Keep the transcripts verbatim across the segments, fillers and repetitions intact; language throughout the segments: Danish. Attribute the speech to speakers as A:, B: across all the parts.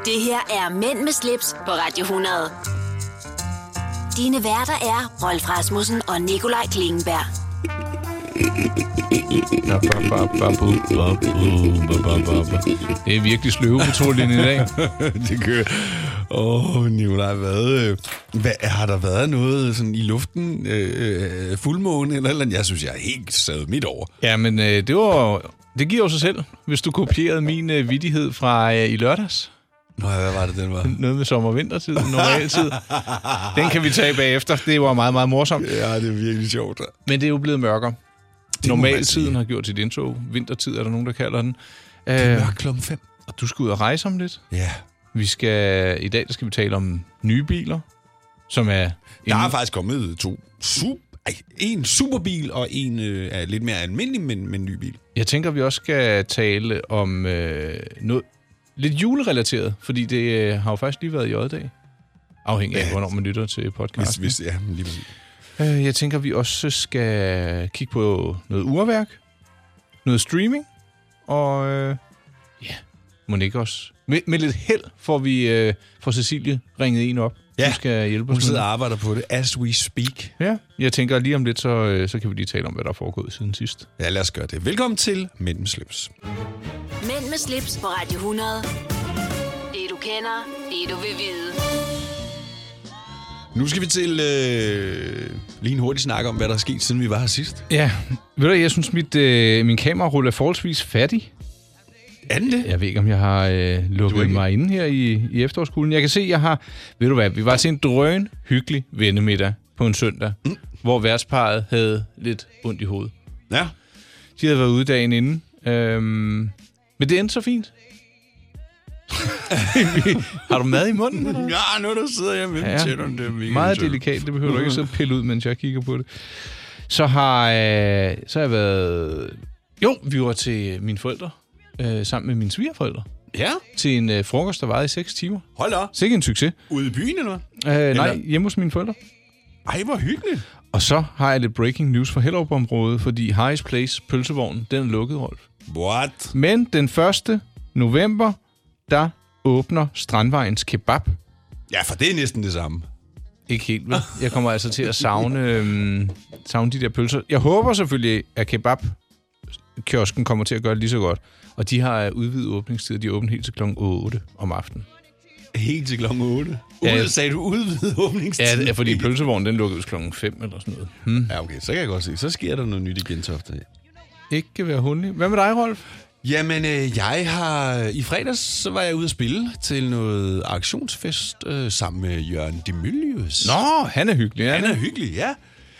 A: Det her er Mænd med slips på Radio hundrede. Dine værter er Rolf Rasmussen og Nikolaj Klingenberg.
B: Det er virkelig sløvepatruljen i dag.
C: Det kører. Åh, oh, Nikolaj, hvad, hvad har der været noget sådan i luften? Øh, fuldmåne eller eller andet? Jeg synes, jeg er helt sad midt over.
B: Ja, men øh, det var det giver jo sig selv, hvis du kopierede min øh, vittighed fra øh, i lørdags.
C: Nå, hvad var det, den var?
B: Noget med sommer-vintertid, normaltid. Den kan vi tage bagefter. Det var meget, meget morsomt.
C: Ja, det er virkelig sjovt.
B: Men det er jo blevet mørkere. Normaltiden har gjort sit indtog. Vintertid er der nogen, der kalder den.
C: Det er mørk klokken fem.
B: Og du skal ud og rejse om lidt.
C: Ja.
B: Vi skal, I dag der skal vi tale om nye biler, som er...
C: Der er faktisk kommet to super, ej, en superbil og en øh, er lidt mere almindelig, men, men ny bil.
B: Jeg tænker, vi også skal tale om øh, noget lidt julerelateret, fordi det øh, har jo faktisk lige været i J-dag. Afhængig af, ja, hvornår man lytter til podcasten.
C: Hvis, hvis, ja, lige præcis.
B: Øh, jeg tænker, vi også skal kigge på noget urværk, noget streaming, og øh, ja, må ikke også... Med, med lidt held får vi øh, får Cecilie ringet en op.
C: Ja,
B: du skal hjælpe os.
C: Hun sidder og arbejder på det, as we speak.
B: Ja, jeg tænker lige om lidt, så, øh, så kan vi lige tale om, hvad der er foregået siden sidst.
C: Ja, lad os gøre det. Velkommen til Mænd med slips.
A: Mænd med slips på Radio hundrede. Det du kender, det du vil vide.
C: Nu skal vi til øh, lige en hurtig snak om, hvad der er sket, siden vi var her sidst.
B: Ja, ved du, jeg synes, mit, øh, min kamerarulle er forholdsvis fattig.
C: Er den det?
B: Jeg ved ikke, om jeg har øh, lukket ikke... mig inde her i, i efterårskulden. Jeg kan se, jeg har... Ved du hvad, vi var til en drøn hyggelig vennemiddag på en søndag, mm. hvor værtsparret havde lidt ondt i hovedet.
C: Ja.
B: De havde været ude dagen inden. Øhm, men det endte så fint. Har du mad i munden? Eller?
C: Ja, nu der sidder jeg med
B: ja,
C: ja. Det er
B: meget delikat, det behøver du ikke sidde og pille ud, mens jeg kigger på det. Så har, øh, så har jeg været... Jo, vi var til mine forældre, øh, sammen med mine svigerforældre.
C: Ja?
B: Til en øh, frokost, der varede i seks timer.
C: Hold da.
B: Sikke en succes.
C: Ude i byen, eller hvad?
B: Øh, nej, hjemme hos mine forældre.
C: Ej, hvor hyggeligt.
B: Og så har jeg lidt breaking news for Hellerup-området, fordi Harry's Place, pølsevognen, den er lukket, Rolf.
C: What?
B: Men den første november, der åbner Strandvejens Kebab.
C: Ja, for det er næsten det samme.
B: Ikke helt, vel? Jeg kommer altså til at savne, øhm, savne de der pølser. Jeg håber selvfølgelig, at kebabkiosken kommer til at gøre det lige så godt. Og de har udvidet åbningstid. De er åbent helt til klokken otte om aftenen.
C: Helt til klokken otte?
B: Ja,
C: Ude, sagde du udvidet åbningstid?
B: Ja, det er, fordi pølsevognen den lukkede klokken fem eller sådan noget. Hmm.
C: Ja, okay. Så kan jeg godt se. Så sker der noget nyt i Gentofte.
B: Ikke være hundelig. Hvad med dig, Rolf?
C: Jamen, øh, jeg har... I fredags så var jeg ude at spille til noget aktionsfest øh, sammen med Jørgen Demilius.
B: Nå, han er hyggelig. Ja,
C: han er hyggelig, ja.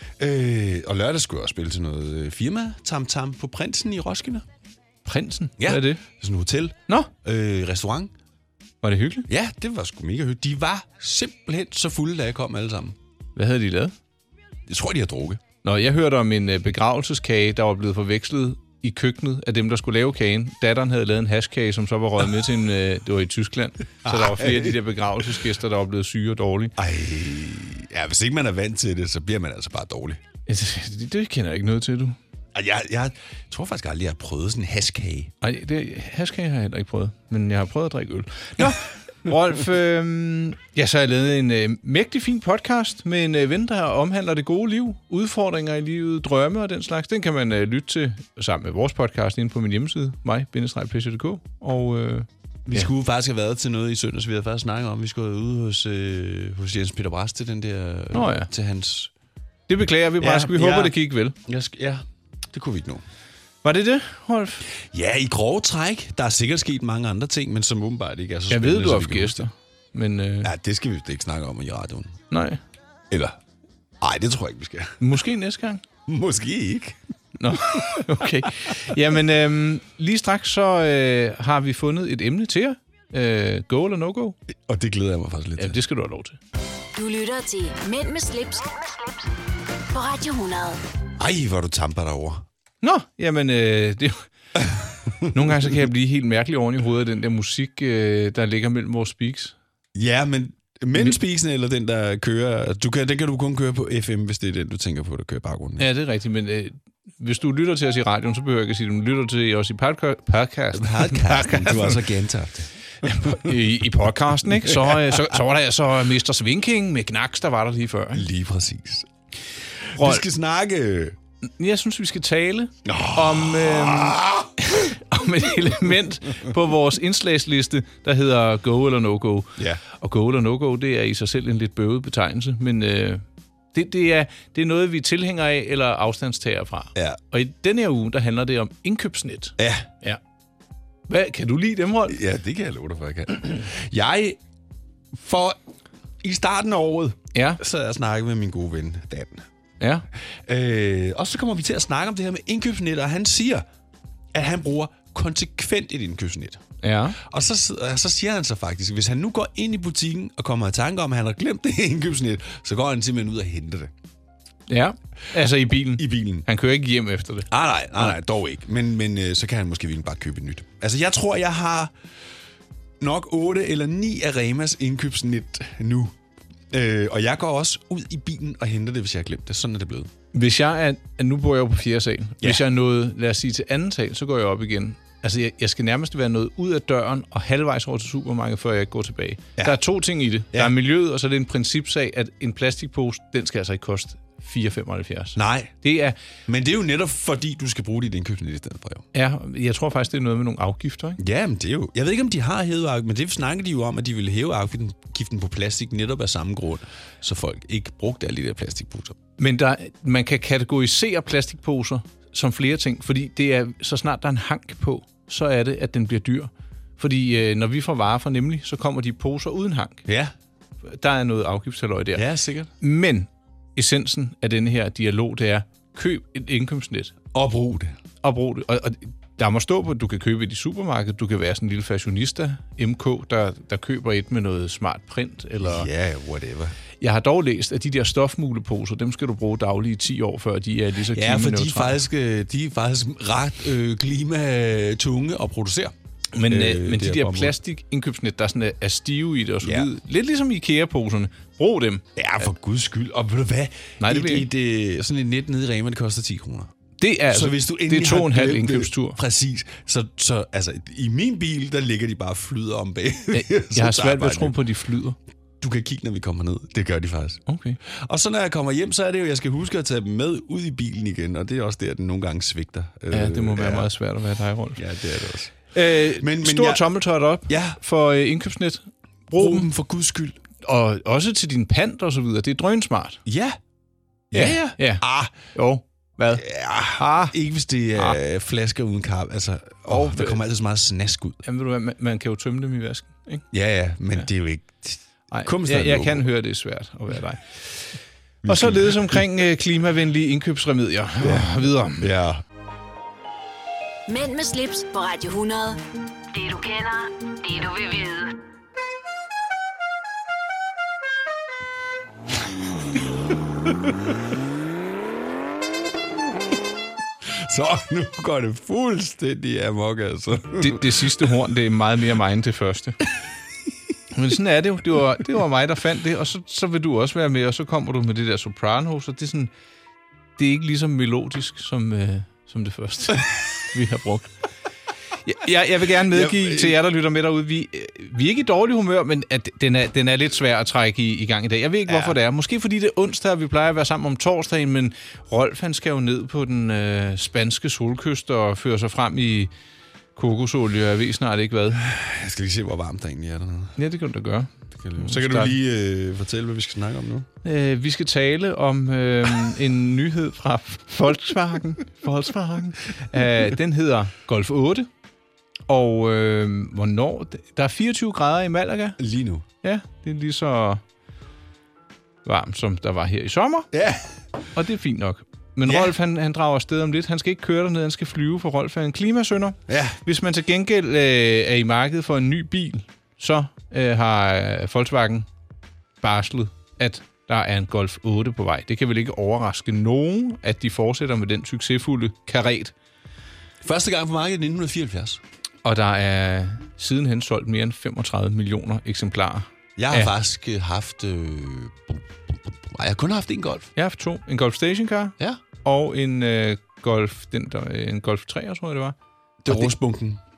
C: Øh, og lørdag skulle jeg også spille til noget øh, firma Tam Tam på Prinsen i Roskilde.
B: Prinsen?
C: Ja.
B: Hvad er det?
C: Sådan et hotel.
B: Nå.
C: Øh, restaurant.
B: Var det hyggeligt?
C: Ja, det var sgu mega hyggeligt. De var simpelthen så fulde, da jeg kom alle sammen.
B: Hvad havde de lavet?
C: Jeg tror, de har drukket.
B: Nå, jeg hørte om en øh, begravelseskage, der var blevet forvekslet i køkkenet af dem, der skulle lave kagen. Datteren havde lavet en hashkage, som så var røget med til en... Øh, det var i Tyskland. Så der var flere af de der begravelsesgæster, der var blevet syge og dårlige.
C: Ej, ja, hvis ikke man er vant til det, så bliver man altså bare dårlig.
B: Det, det kender jeg ikke noget til, du.
C: Jeg, jeg tror faktisk aldrig, jeg har prøvet sådan en hashkage.
B: Nej, det, hashkage har jeg heller ikke prøvet, men jeg har prøvet at drikke øl. Nå, Rolf, øh, ja, så har jeg lavet en øh, mægtig fin podcast med en øh, ven, der omhandler det gode liv, udfordringer i livet, drømme og den slags. Den kan man øh, lytte til sammen med vores podcast inde på min hjemmeside, mig bindestreg p c punktum d k. Og øh,
C: vi ja. skulle faktisk have været til noget i søndags, vi havde faktisk snakket om. Vi skulle have ude hos, øh, hos Jens Peter Brask til den der... Øh,
B: Nå ja.
C: Til hans...
B: Det beklager vi, Brask. Ja, vi ja. håber, det gik vel.
C: Jeg sk- ja, det kunne vi ikke nå.
B: Var det det, Rolf?
C: Ja, i grove træk. Der er sikkert sket mange andre ting, men som åbenbart ikke er så
B: jeg
C: spændende.
B: Jeg ved, du har haft gæster. Men, øh...
C: ja, det skal vi ikke snakke om i radioen.
B: Nej.
C: Eller? Nej, det tror jeg ikke, vi skal.
B: Måske næste gang.
C: Måske ikke.
B: Nå, okay. Jamen, øh, lige straks så øh, har vi fundet et emne til jer. Øh, go eller no go?
C: Og det glæder jeg mig faktisk lidt
B: ja,
C: til.
B: Det skal du have lov til.
A: Du lytter til Mænd med slips på Radio hundrede.
C: Ej, hvor du tamper derovre.
B: Nå, jamen, øh, det nogle gange så kan jeg blive helt mærkelig oven i hovedet af den der musik, øh, der ligger mellem vores speaks.
C: Ja, men mellem speaksen eller den, der kører... Du kan, den kan du kun køre på F M, hvis det er den, du tænker på, der kører baggrunden.
B: Ja, det er rigtigt, men øh, hvis du lytter til os i radioen, så behøver jeg ikke at sige, at du lytter til os i podca- podcast.
C: Podcasten, du har så gentaget det.
B: I, i podcasten, ikke? Så, så, så var der så mister Svinking med Knacks, der var der lige før. Ikke?
C: Lige præcis.
B: Rolf,
C: vi skal snakke...
B: Jeg synes, vi skal tale oh. om, øh, om et element på vores indslagsliste, der hedder go eller no-go.
C: Ja.
B: Og go eller no-go, det er i sig selv en lidt bøvet betegnelse, men øh, det, det, er, det er noget, vi er tilhængere af eller afstandstager fra.
C: Ja.
B: Og i denne her uge, der handler det om indkøbsnet.
C: Ja.
B: Ja. Hvad, kan du lide dem, Rolf?
C: Ja, det kan jeg love dig for, jeg kan. Jeg, for i starten af året,
B: ja.
C: så havde jeg snakket med min gode ven, Dan.
B: Ja.
C: Øh, og så kommer vi til at snakke om det her med indkøbsnet, og han siger, at han bruger konsekvent et indkøbsnet.
B: Ja.
C: Og så, så siger han så faktisk, hvis han nu går ind i butikken og kommer i tanke om, at han har glemt det indkøbsnet, så går han simpelthen ud og henter det.
B: Ja, altså i bilen.
C: I bilen.
B: Han kører ikke hjem efter det.
C: Ah, nej, nej, nej, dog ikke. Men, men øh, så kan han måske virkelig bare købe et nyt. Altså, jeg tror, jeg har nok otte eller ni af Remas indkøbsnet nu. Øh, og jeg går også ud i bilen og henter det, hvis jeg har glemt det. Sådan er det blevet.
B: Hvis jeg er... Nu bor jeg jo på fjerde sal.
C: Ja.
B: Hvis jeg er nået, lad os sige, til anden sal, så går jeg op igen. Altså, jeg, jeg skal nærmest være nået ud af døren og halvvejs over til supermarkedet, før jeg går tilbage. Ja. Der er to ting i det. Ja. Der er miljøet, og så er det en principsag, at en plastikpose, den skal altså ikke koste fire femoghalvfjerds.
C: Nej,
B: det er,
C: men det er jo netop fordi, du skal bruge dit indkøbsnet i stedet for. Jo.
B: Ja, jeg tror faktisk, det er noget med nogle afgifter, ikke?
C: Ja, men det er jo... Jeg ved ikke, om de har hævet afgiften, men det snakker de jo om, at de ville hæve afgiften på plastik netop af samme grund, så folk ikke brugte alle de der plastikposer.
B: Men der, man kan kategorisere plastikposer som flere ting, fordi det er, så snart der er en hank på, så er det, at den bliver dyr. Fordi øh, når vi får varer fra Nemlig, så kommer de poser uden hank.
C: Ja.
B: Der er noget afgiftshalløj der.
C: Ja, sikkert.
B: Men essensen af denne her dialog, det er, køb et indkøbsnet.
C: Og brug det.
B: Og brug det. Og, og der må stå på, at du kan købe et i supermarkedet. Du kan være sådan en lille fashionista, M K, der, der køber et med noget smart print. Eller...
C: Ja, yeah, whatever.
B: Jeg har dog læst, at de der stofmugleposer, dem skal du bruge dagligt i ti år, før de er lige så klimaneutrale.
C: Ja, for de er faktisk, de er faktisk ret øh, klimatunge at producere.
B: Men, øh, men de der plastik-indkøbsnet, der sådan er, er stive i det og så videre, ja. Lidt ligesom IKEA-poserne, brug dem.
C: Ja, for guds skyld. Og ved du hvad?
B: Nej, det
C: et, et, et, sådan et net nede i Rema, det koster ti kroner.
B: Det er, så hvis du det er to og en halv indkøbstur.
C: Præcis. Så, så altså, i min bil, der ligger de bare flyder om bag.
B: Jeg, jeg har svært ved at tro på, at de flyder.
C: Du kan kigge, når vi kommer ned. Det gør de faktisk.
B: Okay.
C: Og så når jeg kommer hjem, så er det jo, jeg skal huske at tage dem med ud i bilen igen. Og det er også der, den nogle gange svigter.
B: Ja, det må være ja. meget svært at være dig, Rolf.
C: Ja, det er det også.
B: Øh, men, men stor jeg... tommeltot op
C: ja.
B: for øh, indkøbsnet. Brug,
C: Brug dem for guds skyld.
B: Og også til din pant og så videre. Det er drønsmart.
C: Ja. Ja, ja.
B: ja.
C: Ah.
B: Jo. Hvad?
C: Ja, ah. Ikke hvis det er ah. flasker uden kap. Altså, åh, oh, der kommer altid så meget snask ud.
B: Jamen, ved du hvad, man, man kan jo tømme dem i vasken, ikke?
C: Ja, ja, men ja. det er jo ikke...
B: Ej, jeg, jeg kan høre, det er svært at være dig. Og så ledes omkring øh, klimavenlige indkøbsremedier. Ja. Og videre.
C: Ja.
A: Mænd med slips på Radio hundrede. Det du kender, det du vil vide.
C: Så nu går det fuldstændig amok, altså.
B: Det, det sidste horn, det er meget mere mig end det første. Men sådan er det jo. Det var, det var mig, der fandt det, og så, så vil du også være med, og så kommer du med det der soprano, så det er sådan, det er ikke lige så melodisk som, øh, som det første, vi har brugt. Jeg, jeg vil gerne medgive til jer, der lytter med derude, vi, vi er ikke i dårlig humør, men at den, er, den er lidt svær at trække i, i gang i dag. Jeg ved ikke, ja. hvorfor det er. Måske fordi det er onsdag, og vi plejer at være sammen om torsdagen, men Rolf, han skal jo ned på den øh, spanske solkyst og føre sig frem i kokosolie, jeg ved snart ikke hvad.
C: Jeg skal lige se, hvor varmt der egentlig er dernede.
B: Ja, det kan du da gøre.
C: Kan du. Så kan du lige øh, fortælle, hvad vi skal snakke om nu.
B: Øh, vi skal tale om øh, en nyhed fra Volkswagen. Volkswagen. Øh, den hedder Golf otte. Og øh, hvornår? Der er fireogtyve grader i Malaga.
C: Lige nu.
B: Ja, det er lige så varmt, som der var her i sommer.
C: Ja.
B: Og det er fint nok. Men ja. Rolf, han, han drager afsted om lidt. Han skal ikke køre derned, han skal flyve, for Rolf er en klimasynder.
C: Ja.
B: Hvis man til gengæld øh, er i markedet for en ny bil, så øh, har øh, Volkswagen barslet, at der er en Golf otte på vej. Det kan vel ikke overraske nogen, at de fortsætter med den succesfulde karet.
C: Første gang på markedet i nitten fireoghalvfjerds.
B: Og der er sidenhen solgt mere end femogtredive millioner eksemplarer.
C: Jeg har af... faktisk haft... Øh... Jeg har kun haft en Golf.
B: Jeg har haft to. En Golf Stationcar.
C: Ja.
B: Og en øh, Golf... Den der, en Golf tre, jeg tror jeg, det var.
C: Det var rustbunken.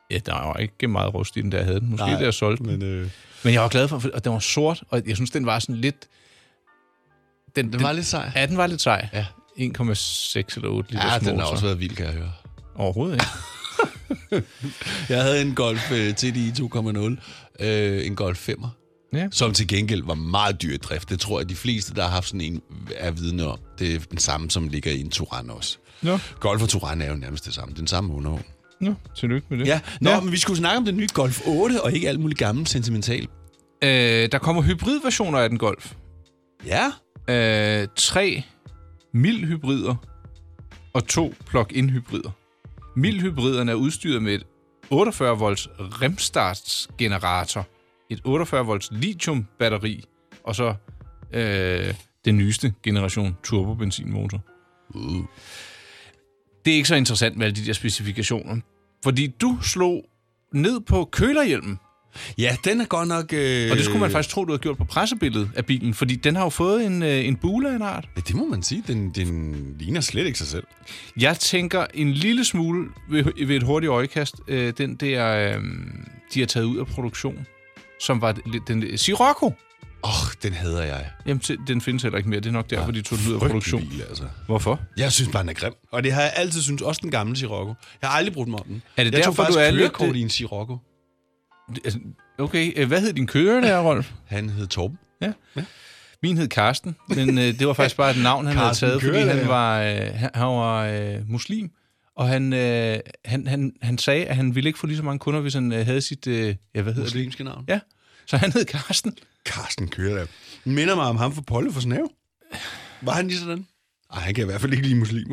B: Ja, der var ikke meget rust i den, der jeg havde den. Måske
C: Nej,
B: der solgte
C: men, øh...
B: men jeg var glad for, at den var sort, og jeg synes, den var sådan lidt...
C: Den, den, den var lidt sej.
B: Ja, den var lidt sej.
C: Ja.
B: en komma seks eller otte liter
C: ja,
B: små.
C: den har også
B: så.
C: været vild, kan jeg høre.
B: Overhovedet ikke.
C: Jeg havde en Golf uh, T D I to komma nul, uh, en Golf femmer,
B: ja.
C: som til gengæld var meget dyr i drift. Det tror jeg, de fleste, der har haft sådan en, er vidne om. Det er den samme, som ligger i en Touran også.
B: Nå.
C: Golf og Touran er jo nærmest det samme. Den samme undervogn.
B: Nå, tillykke med det.
C: Ja, Nå,
B: ja.
C: men vi skulle snakke om den nye Golf otte, og ikke alt muligt gammelt sentimental.
B: Øh, der kommer hybridversioner af den Golf.
C: Ja.
B: Øh, tre mild-hybrider og to plug-in hybrider. Mild-hybriderne er udstyret med et otteogfyrre volts remstartsgenerator, et otteogfyrre volts lithium-batteri, og så øh, den nyeste generation turbobenzinmotor.
C: Uh.
B: Det er ikke så interessant med alle de der specifikationer, fordi du slog ned på kølerhjelmen.
C: Ja, den er godt nok... Øh...
B: Og det skulle man faktisk tro, du havde gjort på pressebilledet af bilen, fordi den har jo fået en, øh, en bule af en art.
C: Ja, det må man sige. Den, den ligner slet ikke sig selv.
B: Jeg tænker en lille smule ved, ved et hurtigt øjekast, øh, den der, øh, de har taget ud af produktion, som var den Sirocco.
C: Åh, oh, den hader jeg.
B: Jamen, den findes heller ikke mere. Det er nok derfor, ja, de tog den ud af produktion.
C: Bil, altså.
B: Hvorfor?
C: Jeg synes bare, den er grim. Og det har jeg altid synes også den gamle Sirocco. Jeg har aldrig brugt mig om den.
B: Er det
C: jeg
B: derfor,
C: tog faktisk
B: du er
C: kørekort
B: lidt...
C: i en Sirocco.
B: Okay, hvad hed din kører der, Rolf?
C: Han hed Torben.
B: Ja. ja. Min hed Karsten, men øh, det var faktisk bare et navn, han havde taget, fordi han var, øh, han, han var øh, muslim. Og han, øh, han, han, han sagde, at han ville ikke få lige så mange kunder, hvis han øh, havde sit... Øh, ja, hvad hedder
C: muslimske navn.
B: Ja, så han hed Karsten.
C: Karsten kører der. Minder mig om ham for Polle for Snæv. Var han lige sådan? Ej, han kan i hvert fald ikke lide muslimer.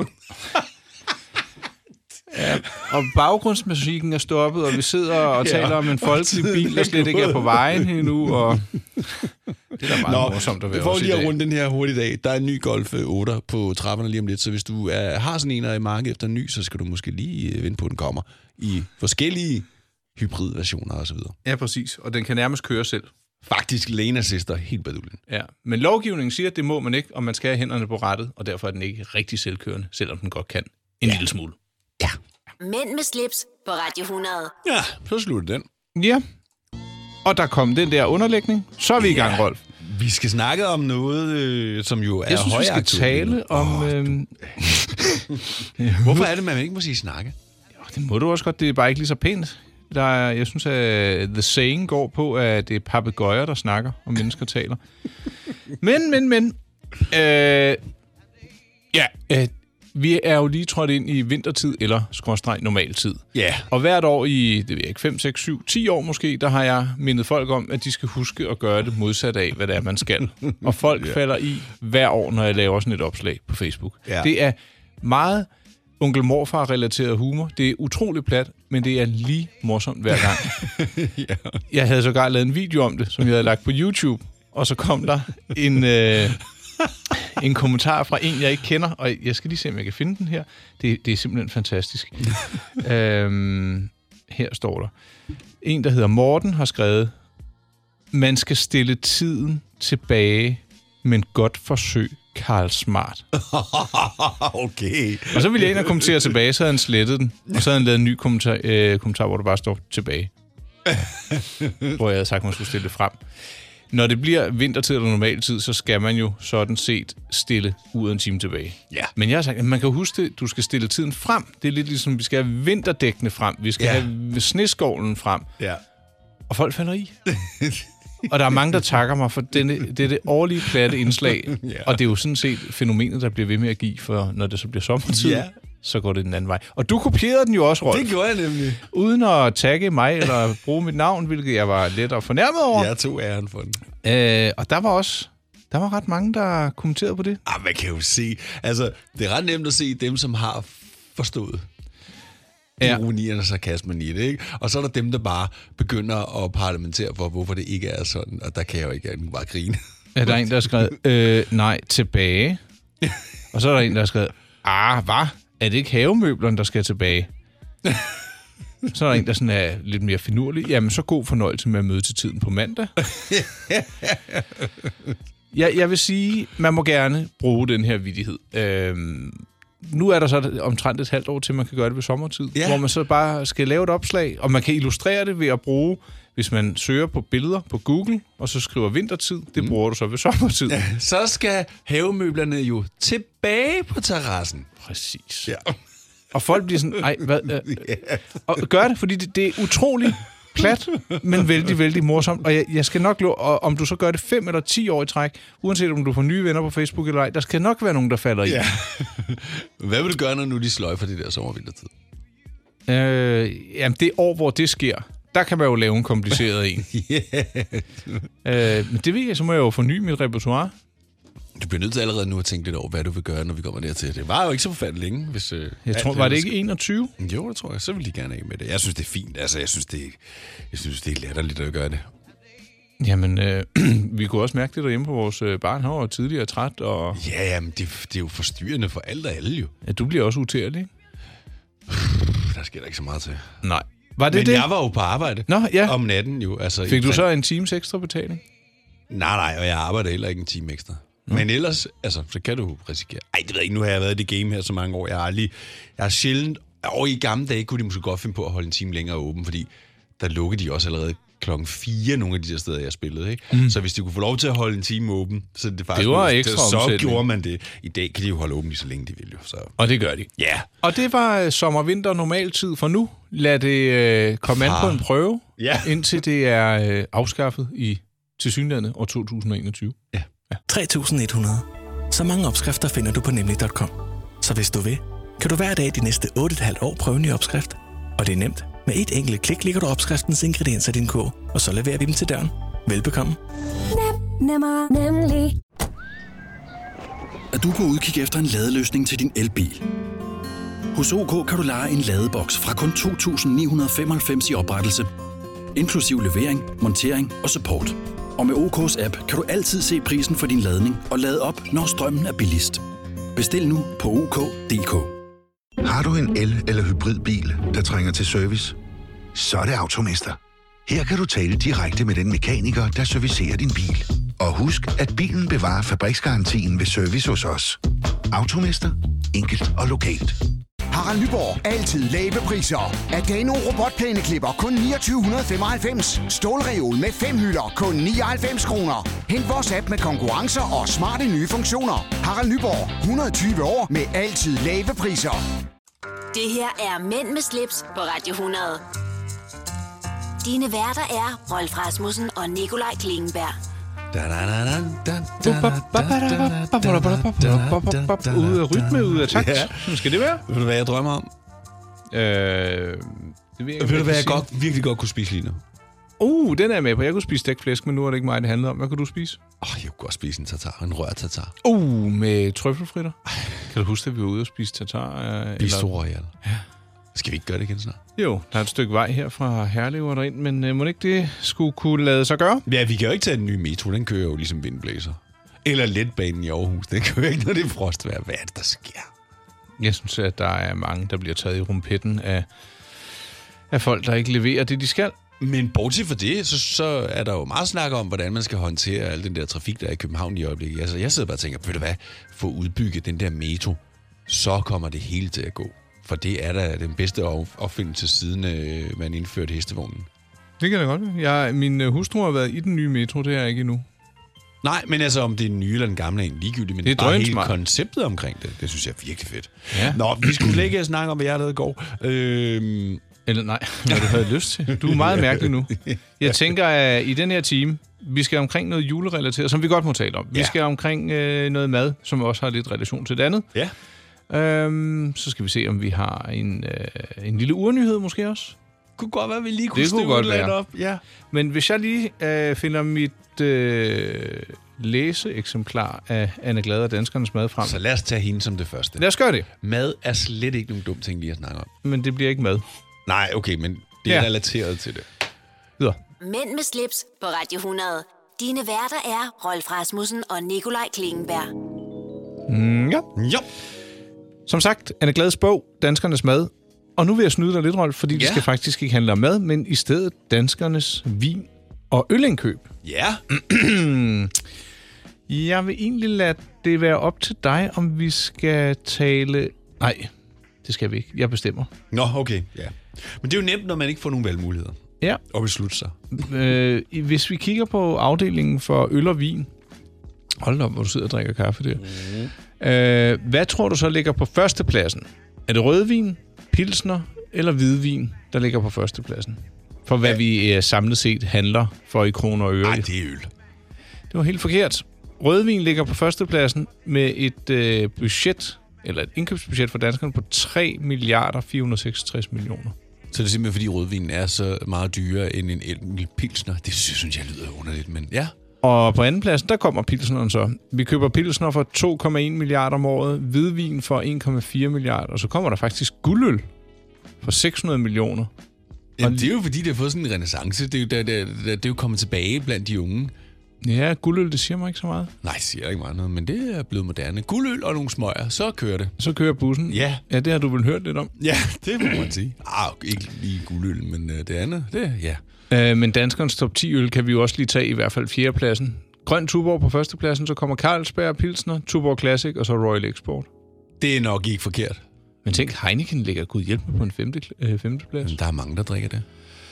B: Ja, og baggrundsmusikken er stoppet, og vi sidder og ja, taler om en folkelig bil, der slet ikke er på vejen endnu, og det er da meget Nå, morsomt at være
C: også i dag. For lige at runde den her hurtigt dag, der er en ny Golf otte på trapperne lige om lidt, så hvis du er, har sådan en af i markedet efter en ny, så skal du måske lige vente på, at den kommer i forskellige hybridversioner og så videre.
B: Ja, præcis, og den kan nærmest køre selv.
C: Faktisk lane assister helt baduljen.
B: Ja, men lovgivningen siger, at det må man ikke, og man skal have hænderne på rattet, og derfor er den ikke rigtig selvkørende, selvom den godt kan en ja. lille smule.
C: Ja.
A: Mænd med slips på Radio hundrede.
C: Ja, så slutter den.
B: Ja, og der kom den der underlægning. Så er vi ja. i gang, Rolf.
C: Vi skal snakke om noget, øh, som jo er
B: Jeg synes, vi skal tale om...
C: Oh,
B: øh...
C: Hvorfor er det, man ikke må sige snakke?
B: Jo, det må du også godt. Det er bare ikke lige så pænt. Der er, jeg synes, at the saying går på, at det er papegøjer, der snakker, og mennesker taler. Men, men, men... Øh... Ja, øh... vi er jo lige trådt ind i vintertid, eller skråstreg normaltid.
C: Ja. Yeah.
B: Og hvert år i, det ved jeg ikke, fem, seks, syv, ti år måske, der har jeg mindet folk om, at de skal huske at gøre det modsat af, hvad det er, man skal. Og folk yeah. falder i hver år, når jeg laver sådan et opslag på Facebook. Yeah. Det er meget onkel morfar-relateret humor. Det er utroligt plat, men det er lige morsomt hver gang. yeah. Jeg havde sågar lavet en video om det, som jeg havde lagt på YouTube, og så kom der en... Øh, en kommentar fra en, jeg ikke kender, og jeg skal lige se, om jeg kan finde den her. Det, det er simpelthen fantastisk. øhm, her står der. En, der hedder Morten, har skrevet, man skal stille tiden tilbage, men godt forsøg, Karl Smart.
C: Okay.
B: Og så ville jeg ind og kommentere tilbage, så havde han slettet den, og så havde han lavet en ny kommentar, øh, kommentar hvor der bare står tilbage. Hvor jeg havde sagt, at man skulle stille det frem. Når det bliver vintertid eller normaltid, så skal man jo sådan set stille ud en time tilbage.
C: Ja.
B: Men jeg har sagt, at man kan huske det, du skal stille tiden frem. Det er lidt ligesom, vi skal have vinterdækkene frem. Vi skal ja. have sneskovlen frem.
C: Ja.
B: Og folk falder i. Og der er mange, der takker mig for denne, dette årlige platte indslag. Ja. Og det er jo sådan set fænomenet, der bliver ved med at give, for når det så bliver sommertid. Ja. Så går det den anden vej. Og du kopierede den jo også, Rolf.
C: Det gjorde jeg nemlig.
B: Uden at tagge mig eller bruge mit navn, hvilket jeg var lidt og fornærmet over.
C: Jeg tog æren for den.
B: Øh, og der var også der var ret mange, der kommenterede på det.
C: Ah, man kan jo se. Altså, det er ret nemt at se dem, som har forstået ja. ironierne og sarkasmen i det, ikke? Og så er der dem, der bare begynder at parlamentere for, hvorfor det ikke er sådan. Og der kan jeg jo ikke bare grine.
B: Ja, der er en, der har skrevet, øh, nej, tilbage. Og så er der en, der har skrevet, ah, hvad? Er det ikke havemøblerne, der skal tilbage? Så er der en, der sådan er lidt mere finurlig. Jamen, så god fornøjelse med at møde til tiden på mandag. jeg, jeg vil sige, man må gerne bruge den her vittighed. Øhm, nu er der så omtrent et halvt år til, man kan gøre det ved sommertid, ja. Hvor man så bare skal lave et opslag, og man kan illustrere det ved at bruge, hvis man søger på billeder på Google, og så skriver vintertid, det mm. bruger du så ved sommertid. Ja,
C: så skal havemøblerne jo tilbage på terrassen.
B: Præcis. Ja. Og folk bliver sådan, ej, hvad? Øh, yeah. Og gør det, fordi det, det er utroligt plat, men vældig, vældig morsomt. Og jeg, jeg skal nok love, og om du så gør det fem eller ti år i træk, uanset om du får nye venner på Facebook eller ej, der skal nok være nogen, der falder i.
C: Ja. Hvad vil du gøre, når nu de sløjfer det der sommervintertid?
B: Øh, jamen, det år, hvor det sker, der kan man jo lave en kompliceret en. yeah. øh, men det ved jeg, så må jeg jo forny mit repertoire.
C: Du bliver nødt til allerede nu at tænke lidt over, hvad du vil gøre, når vi kommer dertil. Det var jo ikke så forfærdeligt længe, hvis... Øh,
B: jeg tror, var det ikke enogtyve?
C: Jo, det tror jeg. Så vil de gerne af med det. Jeg synes, det er fint. Altså, jeg synes, det er, jeg synes, det er latterligt at gøre det.
B: Jamen, øh, vi kunne også mærke det derhjemme på vores øh, barn. Han var tidligere træt, og...
C: Ja, jamen, det, det er jo forstyrrende for alt og alle, jo.
B: Ja, du bliver også utærlig, ikke?
C: Der sker der ikke så meget til.
B: Nej. Var det
C: Men
B: det?
C: jeg var jo på arbejde.
B: Nå, ja.
C: Om natten, jo. Altså,
B: fik du så en times ekstra betaling?
C: Nej, nej, og jeg arbejder heller ikke en time ekstra. Men ellers, altså, så kan du risikere... Ej, det ved jeg ikke, nu har jeg været i det game her så mange år. Jeg har aldrig... Jeg har sjældent... Og i gamle dage kunne de måske godt finde på at holde en time længere åben, fordi der lukkede de også allerede klokken fire, nogle af de der steder, jeg spillede, ikke? Mm. Så hvis de kunne få lov til at holde en time åben, så det faktisk...
B: Det var ekstra
C: det, så gjorde man det. I dag kan de jo holde åben lige så længe de vil, jo. Så.
B: Og det gør de.
C: Ja. Yeah.
B: Og det var sommer, vinter, normaltid for nu. Lad det øh, komme Far. an på en prøve, yeah. indtil det er øh, afskaffet i tilsyneladende år to tusind og enogtyve.
C: Ja.
B: Ja.
D: tre tusind et hundrede. Så mange opskrifter finder du på nemlig punktum com. Så hvis du vil, kan du hver dag de næste otte komma fem år prøve en ny opskrift. Og det er nemt. Med et enkelt klik ligger du opskriftens ingredienser i din kog, og så leverer vi dem til døren. Velbekomme.
E: Nem, nemmer, nemlig.
F: Er du på udkig efter en ladeløsning til din elbil? Hos O K kan du leje en ladeboks fra kun to tusind ni hundrede femoghalvfems i oprettelse, inklusiv levering, montering og support. Og med O K's app kan du altid se prisen for din ladning og lade op, når strømmen er billigst. Bestil nu på O K punktum D K.
G: Har du en el- eller hybridbil, der trænger til service? Så er det Automester. Her kan du tale direkte med den mekaniker, der servicerer din bil. Og husk, at bilen bevarer fabriksgarantien ved service hos os. Automester. Enkelt og lokalt.
H: Harald Nyborg. Altid lave priser. Adano robotplæneklipper kun niogtyve femoghalvfems. Stålreol med fem hylder kun nioghalvfems kroner. Hent vores app med konkurrencer og smarte nye funktioner. Harald Nyborg. hundrede og tyve år med altid lave priser.
A: Det her er Mænd med slips på Radio hundrede. Dine værter er Rolf Rasmussen og Nikolaj Klingenberg.
B: Ude af rytme, ude af takt. Ja. Skal det være?
C: Ved du, hvad jeg drømmer om?
B: Øh, det ved jeg,
C: ved du, hvad jeg godt, virkelig godt kunne spise lige nu?
B: Uh, den er jeg med på. Jeg kunne spise stegt flæsk, men nu er det ikke mig, det handlede om. Hvad kunne du spise?
C: Åh, oh, jeg kunne godt spise en tartar. En rør tartar.
B: Uh, med trøffelfritter. Kan du huske, at vi var ude og spise tartar?
C: Øh, Bistro Royal. Ja. Skal vi ikke gøre det igen snart?
B: Jo, der er et stykke vej her fra Herlev og derind, men øh, må ikke det skulle kunne lade sig gøre?
C: Ja, vi kan jo ikke tage den nye metro. Den kører jo ligesom vindblæser. Eller letbanen i Aarhus. Den kører ikke, når det er frostvejr. Hvad er det, der sker?
B: Jeg synes, at der er mange, der bliver taget i rumpetten af, af folk, der ikke leverer det, de skal.
C: Men bortset fra det, så, så er der jo meget snak om, hvordan man skal håndtere al den der trafik, der er i København i øjeblikket. Altså, jeg sidder bare og tænker, ved du hvad, få udbygget den der metro, så kommer det hele til at gå. For det er da den bedste opfindelse siden øh, man indførte hestevognen.
B: Det kan da godt være. Jeg, min hustru har været i den nye metro, det er jeg ikke endnu.
C: Nej, men altså om det er den nye eller den gamle er ligegyldigt, men det er bare hele konceptet omkring det, det synes jeg er virkelig fedt. Ja. Nå, vi skulle slet ikke snakke om, hvad jeg lavede i går. Øhm...
B: Eller nej, hvad du havde lyst til. Du er meget mærkelig nu. Jeg tænker, at i den her time, vi skal omkring noget julerelateret, som vi godt må tale om. Vi ja. skal omkring øh, noget mad, som også har lidt relation til det andet.
C: Ja.
B: Øhm, så skal vi se, om vi har en, øh, en lille urnyhed måske også.
C: Det kunne godt være, vi lige kunne støve lidt op. Ja.
B: Men hvis jeg lige øh, finder mit øh, læseeksemplar af Anne Glad og Danskernes Mad frem.
C: Så lad os tage hende som det første.
B: Lad os gøre det.
C: Mad er slet ikke nogen dum ting lige at snakke om.
B: Men det bliver ikke mad.
C: Nej, okay, men det er ja. relateret til det.
B: Videre.
A: Mænd med slips på Radio hundrede. Dine værter er Rolf Rasmussen og Nikolaj Klingenberg.
B: Mm, ja.
C: Jo.
B: Som sagt, Anne Glads bog, Danskernes Mad. Og nu vil jeg snyde dig lidt, Rolf, fordi ja. det skal faktisk ikke handle om mad, men i stedet danskernes vin- og ølindkøb.
C: Ja.
B: Jeg vil egentlig lade det være op til dig, om vi skal tale Nej, det skal vi ikke. Jeg bestemmer.
C: Nå, okay. Ja. Men det er jo nemt, når man ikke får nogen valgmuligheder.
B: Ja.
C: Og beslutte sig.
B: Øh, hvis vi kigger på afdelingen for øl og vin. Hold op, hvor du sidder og drikker kaffe der. Mm. Øh, hvad tror du så ligger på førstepladsen? Er det rødvin, pilsner eller hvidvin, der ligger på førstepladsen? For hvad ja. vi øh, samlet set handler for i kroner og øre.
C: Nej, det er øl.
B: Det var helt forkert. Rødvin ligger på førstepladsen med et øh, budget, eller et indkøbsbudget for danskerne på tre milliarder fire hundrede og seksogtres millioner.
C: Så det er simpelthen, fordi rødvinen er så meget dyrere end en, en pilsner. Det synes jeg lyder underligt, men ja.
B: Og på andenpladsen, der kommer pilsneren så. Vi køber pilsner for to komma en milliarder om året, hvidvin for en komma fire milliarder, og så kommer der faktisk guldøl for seks hundrede millioner.
C: Ja, det er jo fordi, det har fået sådan en renaissance. Det er jo, det, det, det er jo kommet tilbage blandt de unge.
B: Ja, guldøl, det siger mig ikke så meget.
C: Nej, det siger ikke meget noget, men det er blevet moderne. Guldøl og nogle smøger, så kører det.
B: Så kører bussen?
C: Ja.
B: Ja, det har du vel hørt lidt om?
C: Ja, det må man sige. Ah, ikke lige guldøl, men det andet, det ja.
B: Øh, men danskernes top ti øl kan vi jo også lige tage i hvert fald fjerdepladsen. Grøn Tuborg på førstepladsen, så kommer Carlsberg, Pilsner, Tuborg Classic og så Royal Export.
C: Det er nok ikke forkert.
B: Men tænk, Heineken ligger Gud hjælp med på en femte, øh, femteplads.
C: Men der er mange, der drikker det.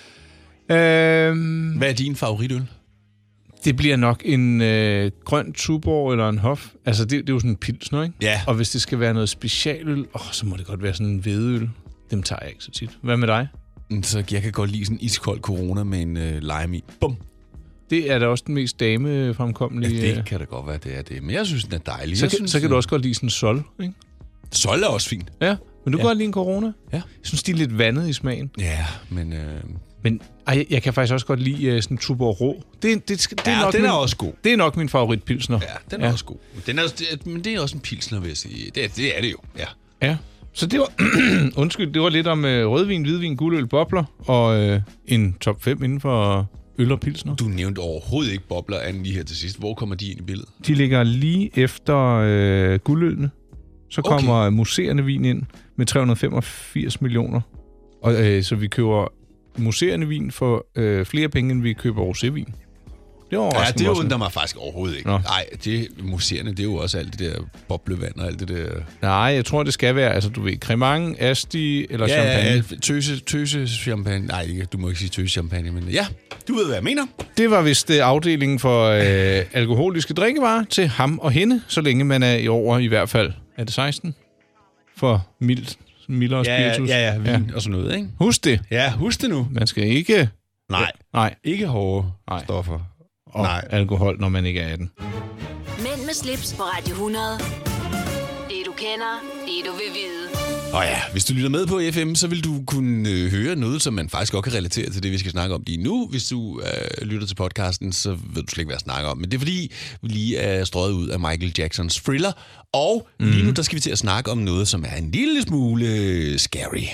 B: Øhm,
C: Hvad er din favoritøl?
B: Det bliver nok en øh, grøn Tuborg eller en Hof. Altså, det, det er jo sådan en pilsner, ikke?
C: Ja.
B: Og hvis det skal være noget specialøl, åh, så må det godt være sådan en hvedeøl. Dem tager jeg ikke så tit. Hvad med dig?
C: Så jeg kan godt lide sådan en iskold Corona med en øh, lime i. Bum.
B: Det er da også den mest damefremkommelige.
C: Ja, det kan da godt være, det er det. Men jeg synes, den er dejlig.
B: Så,
C: jeg
B: kan,
C: synes,
B: så kan du også godt lide sådan en Sol, ikke?
C: Sol er også fint.
B: Ja, men du
C: ja.
B: kan godt lide en Corona.
C: Ja.
B: Jeg synes, de er lidt vandet i smagen.
C: Ja, men... Øh...
B: Men ej, jeg kan faktisk også godt lide uh, sådan en Tuborg Rå. Det, det, det, det
C: ja,
B: er nok
C: den
B: min,
C: er også god.
B: Det er nok min favoritpilsner.
C: Ja, den er ja. også god. Den er, det, men det er også en pilsner, vil jeg sige. Det er det, er det jo, ja.
B: Ja, så det var... undskyld, det var lidt om uh, rødvin, hvidvin, guldøl, bobler og uh, en top fem inden for øl og pilsner.
C: Du nævnte overhovedet ikke bobler anden lige her til sidst. Hvor kommer de ind i billedet?
B: De ligger lige efter uh, guldølene. Så kommer okay. museerne vin ind med tre hundrede og femogfirs millioner. Og, uh, så vi køber... museerne vin for øh, flere penge, end vi køber rosévin. Det var
C: ja, det undrer mig faktisk overhovedet ikke.
B: Nå.
C: Nej, det museerne, det er jo også alt det der boblevand og alt det der...
B: Nej, jeg tror, det skal være, altså du ved, cremant, asti eller
C: ja,
B: champagne.
C: Ja, tøse, tøse champagne. Nej, ikke, du må ikke sige tøse champagne, men ja, du ved, hvad jeg mener.
B: Det var vist uh, afdelingen for øh, alkoholiske drikkevarer til ham og hende, så længe man er i over i hvert fald. Er det seksten? For mildt. Mildere
C: ja,
B: spiritus.
C: Ja, ja, vin ja. og sådan noget, ikke?
B: Husk det.
C: Ja, husk det nu.
B: Man skal ikke...
C: Nej,
B: nej.
C: ikke hårde
B: nej.
C: stoffer.
B: Og
C: nej.
B: alkohol, når man ikke er atten.
A: Mænd med slips på Radio hundrede. Det du kender, det du vil vide.
C: Og ja, hvis du lytter med på F M, så vil du kunne øh, høre noget, som man faktisk godt kan relatere til det, vi skal snakke om lige nu. Hvis du øh, lytter til podcasten, så ved du slet ikke, hvad jeg snakker om. Men det er fordi, vi lige er strøget ud af Michael Jacksons Thriller. Og mm. lige nu, der skal vi til at snakke om noget, som er en lille smule scary.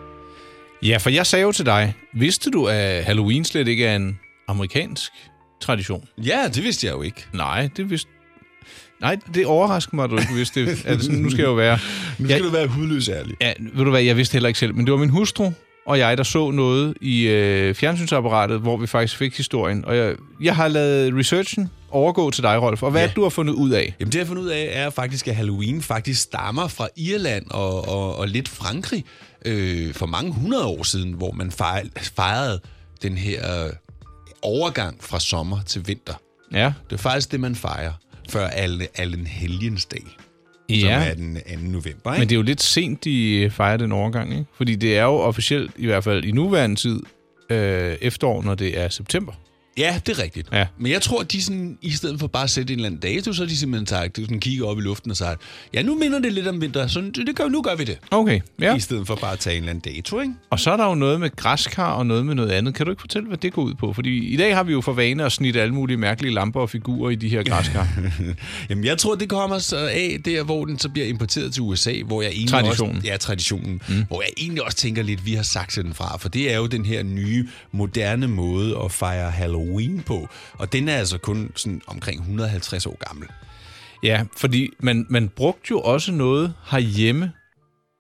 B: Ja, for jeg sagde jo til dig, vidste du, at Halloween slet ikke er en amerikansk tradition?
C: Ja, det vidste jeg jo ikke.
B: Nej, det vidste Nej, det overrasker mig, at du ikke vidste det. Altså, nu skal jeg jo være...
C: Nu skal
B: jeg,
C: du være hudløs ærlig.
B: Ja, ved du hvad, jeg vidste heller ikke selv, men det var min hustru og jeg, der så noget i øh, fjernsynsapparatet, hvor vi faktisk fik historien. Og jeg, jeg har lavet researchen overgå til dig, Rolf. Og hvad ja. er det, du har fundet ud af?
C: Jamen, det jeg har fundet ud af, er faktisk, at Halloween faktisk stammer fra Irland og, og, og lidt Frankrig øh, for mange hundrede år siden, hvor man fejrede den her overgang fra sommer til vinter.
B: Ja.
C: Det er faktisk det, man fejrer før alle, Allen Helgensdag,
B: ja.
C: som er den anden november. Ikke?
B: Men det er jo lidt sent, de fejrer den overgang, ikke? Fordi det er jo officielt, i hvert fald i nuværende tid, øh, efterår, når det er september.
C: Ja, det er rigtigt.
B: Ja.
C: Men jeg tror, at de sådan, i stedet for bare at sætte en eller anden dato, så er de simpelthen sagt, sådan kigger op i luften og sagt, ja, nu minder det lidt om vinter, så det gør, nu gør vi det.
B: Okay, ja.
C: I stedet for bare at tage en eller anden dato, ikke?
B: Og så er der jo noget med græskar og noget med noget andet. Kan du ikke fortælle, hvad det går ud på? Fordi i dag har vi jo for vane at snitte alle mulige mærkelige lamper og figurer i de her græskar.
C: Jamen, jeg tror, det kommer så af der, hvor den så bliver importeret til U S A, hvor jeg egentlig
B: traditionen.
C: også... Ja, traditionen. Mm. Hvor jeg egentlig også tænker lidt, vi har sagt den fra, for det er jo den her nye, moderne måde at fejre Halloween på. Og den er altså kun sådan omkring et hundrede og halvtreds år gammel.
B: Ja, fordi man, man brugte jo også noget herhjemme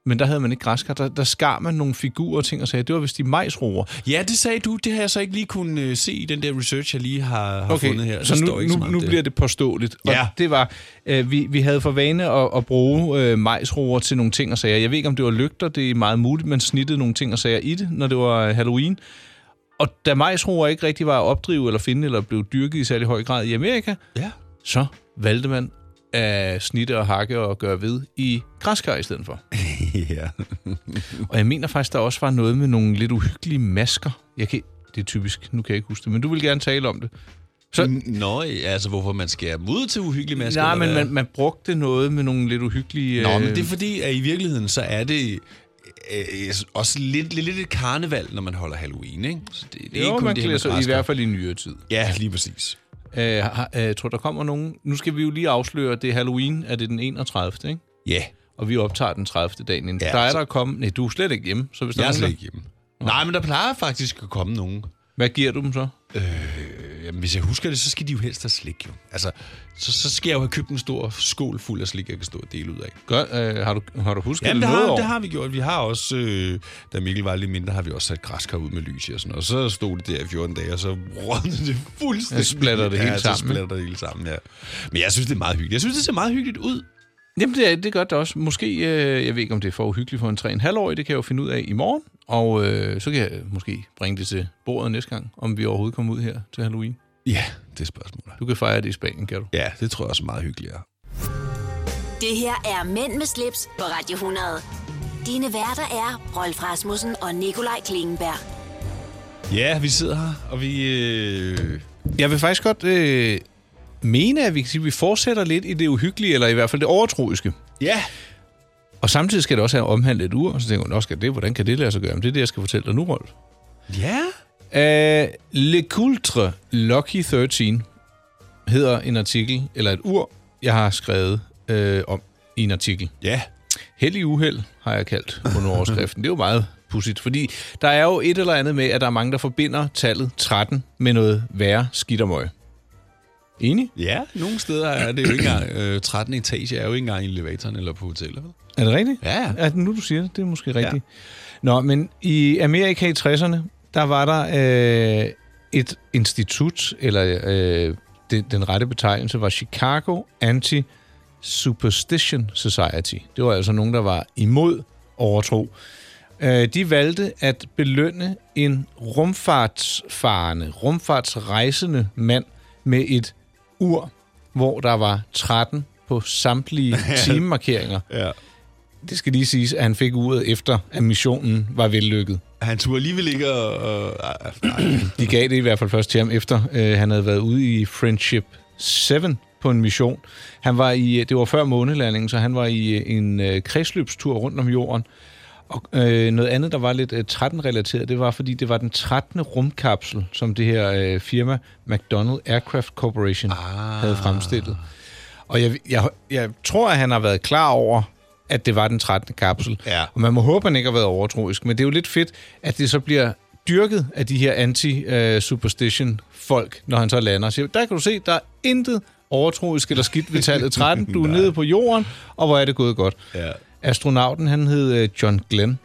B: men der havde man ikke græskar. Der, der skar man nogle figurer og ting og sagde, det var vist de majsroer.
C: Ja, det sagde du. Det har jeg så ikke lige kunnet uh, se i den der research, jeg lige har, har
B: okay,
C: fundet her.
B: Så, så nu, nu, nu bliver det påståeligt. Og ja. det var, øh, vi, vi havde for vane at, at bruge øh, majsroer til nogle ting og sager. Jeg ved ikke, om det var lygter. Det er meget muligt, man snittede nogle ting og sager i det, når det var Halloween. Og da majsroer ikke rigtig var at opdrive eller finde, eller blev dyrket i særlig høj grad i Amerika,
C: ja.
B: så valgte man at snitte og hakke og gøre ved i græskar i stedet for.
C: ja.
B: Og jeg mener faktisk, der også var noget med nogle lidt uhyggelige masker. Jeg kan, det er typisk, nu kan jeg ikke huske det, men du vil gerne tale om det.
C: Så, Nå, altså hvorfor man skærer ud til uhyggelige masker?
B: Nej, men man, man brugte noget med nogle lidt uhyggelige...
C: Nå, men det er fordi, at i virkeligheden, så er det... Øh, også lidt, lidt, lidt et karneval, når man holder Halloween, ikke? Så det, det er
B: jo,
C: ikke kun
B: man
C: det
B: klæder sig i hvert fald i nyere tid.
C: Ja, lige præcis.
B: Øh, har, øh, jeg tror, der kommer nogen... Nu skal vi jo lige afsløre, det er Halloween, er det den enogtredivte, ikke?
C: Ja. Yeah.
B: Og vi optager den tredivte dagen inden. Ja, der er der kommet... Nej, du er slet ikke hjemme. Så hvis
C: jeg
B: der
C: er
B: nogen,
C: slet
B: der...
C: ikke hjemme. Ja. Nej, men der plejer faktisk at komme nogen.
B: Hvad giver du dem så?
C: Øh, jamen, hvis jeg husker det, så skal de jo helst have slik, jo. Altså, så, så skal jeg jo have købt en stor skål fuld af slik, jeg kan stå og dele ud af.
B: Gør, øh, har, du, har du husket
C: jamen,
B: det
C: noget
B: noget
C: har,
B: år?
C: det har vi gjort. Vi har også, øh, da Mikkel var lidt mindre, har vi også sat græskar ud med lys og sådan noget. Og så stod det der i fjorten dage, og så rådnede det fuldstændig.
B: Så splatter det hele
C: ja,
B: sammen.
C: så splatter det hele sammen, ja. Men jeg synes, det er meget hyggeligt. Jeg synes, det ser meget hyggeligt ud.
B: Jamen, det, er, det gør det også. Måske, øh, jeg ved ikke, om det er for uhyggeligt for en tre komma fem-årig, det kan jeg jo finde ud af i morgen. Og øh, så kan jeg måske bringe det til bordet næste gang, om vi overhovedet kommer ud her til Halloween.
C: Ja, det er spørgsmålet.
B: Du kan fejre det i Spanien, kan du?
C: Ja, det tror jeg også er meget hyggeligt.
A: Det her er Mænd med slips på Radio hundrede. Dine værter er Rolf Rasmussen og Nikolaj Klingenberg.
C: Ja, vi sidder her, og vi... Øh...
B: Jeg vil faktisk godt... Øh mene, at vi kan sige, at vi fortsætter lidt i det uhyggelige, eller i hvert fald det overtroiske.
C: Ja.
B: Og samtidig skal det også have omhandlet et ur, og så tænker jeg, skal det, hvordan kan det lade sig gøre? Men det er det, jeg skal fortælle dig nu, Rolf.
C: Ja.
B: Uh, Le Coultre Lucky tretten hedder en artikel, eller et ur, jeg har skrevet uh, om i en artikel.
C: Ja.
B: Hellig uheld har jeg kaldt på nogle overskriften. Det er jo meget pudsigt, fordi der er jo et eller andet med, at der er mange, der forbinder tallet tretten med noget værre skidt og møg. Enig?
C: Ja, nogle steder er det jo ikke engang... Øh, tretten etage er jo ikke engang i elevatoren eller på hoteller.
B: Er det rigtigt?
C: Ja, ja.
B: Ja, nu du siger det, det er måske rigtigt. Ja. Nå, men i Amerika i tresserne, der var der øh, et institut, eller øh, det, den rette betegnelse var Chicago Anti-Superstition Society. Det var altså nogen, der var imod overtro. Øh, de valgte at belønne en rumfartsfarende, rumfartsrejsende mand med et ur, hvor der var tretten på samtlige timemarkeringer.
C: Ja.
B: Det skal lige siges, at han fik uret efter, at missionen var vellykket.
C: Han turde alligevel ikke at... Uh,
B: De gav det i hvert fald først til ham, efter uh, han havde været ude i Friendship syv på en mission. Han var i, det var før månelandingen, så han var i en uh, kredsløbstur rundt om jorden. Og øh, noget andet, der var lidt øh, tretten-relateret, det var, fordi det var den trettende rumkapsel, som det her øh, firma, McDonnell Aircraft Corporation, ah. havde fremstillet. Og jeg, jeg, jeg tror, at han har været klar over, at det var den trettende kapsel.
C: Ja.
B: Og man må håbe, at han ikke har været overtroisk. Men det er jo lidt fedt, at det så bliver dyrket af de her anti-superstition-folk, når han så lander. Så der kan du se, der er intet overtroisk eller skidt ved tallet tretten. Du er nede på jorden, og hvor er det gået godt.
C: Ja.
B: Astronauten, han hed John Glenn,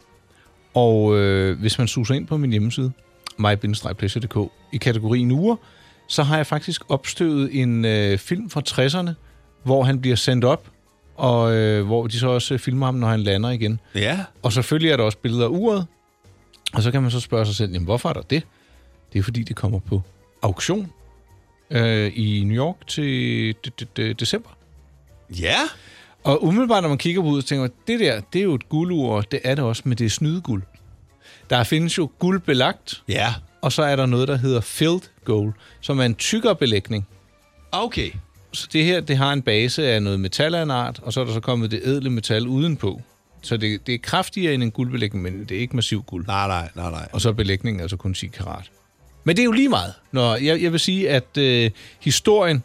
B: og øh, hvis man suser ind på min hjemmeside, my bindestreg pleasure punktum d k, i kategorien uger, så har jeg faktisk opstøvet en øh, film fra tresserne, hvor han bliver sendt op, og øh, hvor de så også filmer ham, når han lander igen.
C: Ja.
B: Og selvfølgelig er der også billeder af uret, og så kan man så spørge sig selv, jamen hvorfor er der det? Det er fordi, det kommer på auktion øh, i New York til de- de- de- december.
C: Ja.
B: Og umiddelbart, når man kigger på ud, så tænker man, det der, det er jo et guldur, det er det også, men det er snydeguld. Der findes jo guld belagt,
C: Ja.
B: og så er der noget, der hedder filled gold, som er en tykkere belægning.
C: Okay.
B: Så det her, det har en base af noget metal af en art, og så er der så kommet det ædle metal udenpå. Så det, det er kraftigere end en guldbelægning, men det er ikke massiv guld.
C: Nej, nej, nej, nej.
B: Og så er belægningen altså kun ti karat. Men det er jo lige meget. Når jeg, jeg vil sige, at øh, historien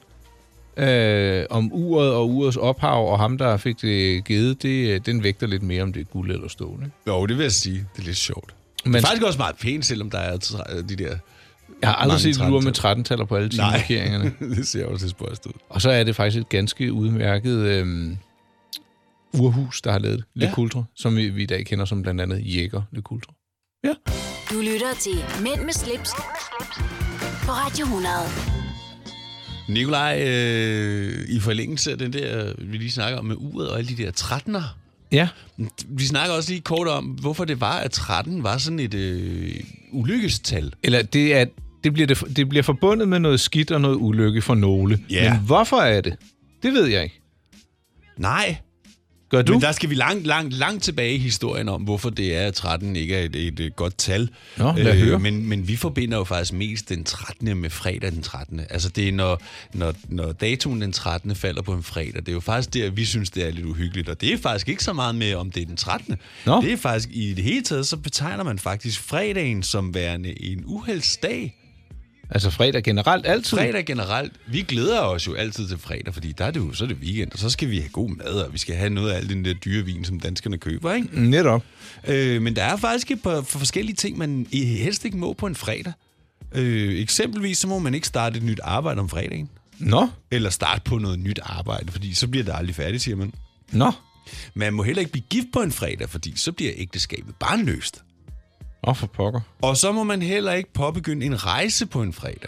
B: øh, om uret og urets ophav, og ham, der fik det givet, det, den vægter lidt mere, om det er guld eller stål. Ikke?
C: Jo, det vil jeg sige. Det er lidt sjovt. Men det er faktisk også meget pænt, selvom der er de der...
B: Jeg har aldrig set lure med tretten-taller på alle timemarkeringerne.
C: Det ser også lidt spøjst ud.
B: Og så er det faktisk et ganske udmærket øh, urhus, der har lavet Le
C: Ja.
B: Coultre, som vi, vi i dag kender som blandt andet Jæger Le Coultre. Ja.
A: Du lytter til Mænd med slips på Radio hundrede.
C: Nikolaj, øh, i forlængelse af den der, vi lige snakker om med uret og alle de der trettener.
B: Ja.
C: Vi snakker også lige kort om, hvorfor det var, at tretten var sådan et øh, ulykkestal.
B: Eller det, er, det, bliver det, det bliver forbundet med noget skidt og noget ulykke for nogle.
C: Ja.
B: Men hvorfor er det? Det ved jeg ikke.
C: Nej.
B: Gør du?
C: Men der skal vi langt, langt, langt tilbage i historien om, hvorfor det er, at tretten ikke er et, et, et godt tal.
B: Nå, lad høre.
C: men, men vi forbinder jo faktisk mest den trettende med fredag den trettende. Altså det er, når, når, når datoen den trettende falder på en fredag. Det er jo faktisk der, vi synes, det er lidt uhyggeligt. Og det er faktisk ikke så meget med, om det er den trettende.
B: Nå.
C: Det er faktisk, i det hele taget, så betegner man faktisk fredagen som værende en uheldsdag.
B: Altså fredag generelt altid?
C: Fredag generelt. Vi glæder os jo altid til fredag, fordi der er det jo, så er det weekend, og så skal vi have god mad, og vi skal have noget af al den der dyre vin, som danskerne køber, ikke?
B: Netop.
C: Øh, men der er faktisk et par forskellige ting, man helst ikke må på en fredag. Øh, eksempelvis så må man ikke starte et nyt arbejde om fredagen.
B: Nå.
C: Eller starte på noget nyt arbejde, fordi så bliver det aldrig færdigt, siger man.
B: Nå.
C: Man må heller ikke blive gift på en fredag, fordi så bliver ægteskabet barnløst.
B: Åh, oh, for pokker.
C: Og så må man heller ikke påbegynde en rejse på en fredag.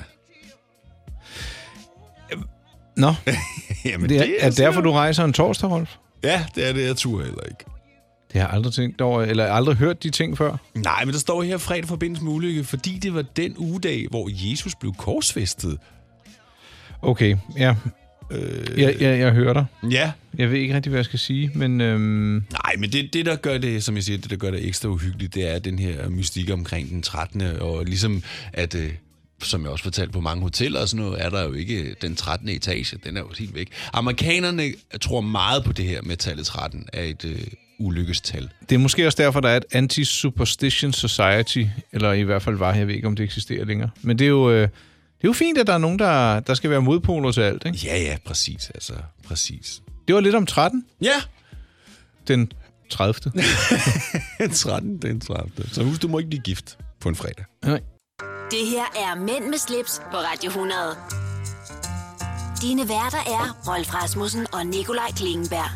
B: Nå.
C: Jamen,
B: det er,
C: det
B: er derfor, du rejser en torsdag, Rolf?
C: Ja, det er det, jeg tror heller ikke.
B: Det har jeg aldrig tænkt over, eller aldrig hørt de ting før.
C: Nej, men der står her fredag forbindes med ulykke, fordi det var den ugedag, hvor Jesus blev korsfæstet.
B: Okay, ja. Øh... Jeg, jeg, jeg hører dig.
C: Ja.
B: Jeg ved ikke rigtig, hvad jeg skal sige, men... Øhm...
C: Nej, men det, det, der gør det, som jeg siger, det, der gør det ekstra uhyggeligt, det er den her mystik omkring den trettende Og ligesom, at, øh, som jeg også fortalte på mange hoteller og sådan noget, er der jo ikke den trettende etage. Den er jo helt væk. Amerikanerne tror meget på det her med tallet tretten af et øh, ulykkestal.
B: Det er måske også derfor, der er et Anti-Superstition Society, eller i hvert fald var, jeg ved ikke, om det eksisterer længere. Men det er jo... Øh... Det er jo fint, at der er nogen, der, der skal være modpoler til alt, ikke?
C: Ja, ja, præcis. Altså, præcis.
B: Det var lidt om tretten.
C: Ja.
B: Den tredivte
C: tretten, den tredivte Så husk, du må ikke blive gift på en fredag.
B: Nej.
A: Det her er Mænd med slips på Radio hundrede. Dine værter er Rolf Rasmussen og Nikolaj Klingenberg.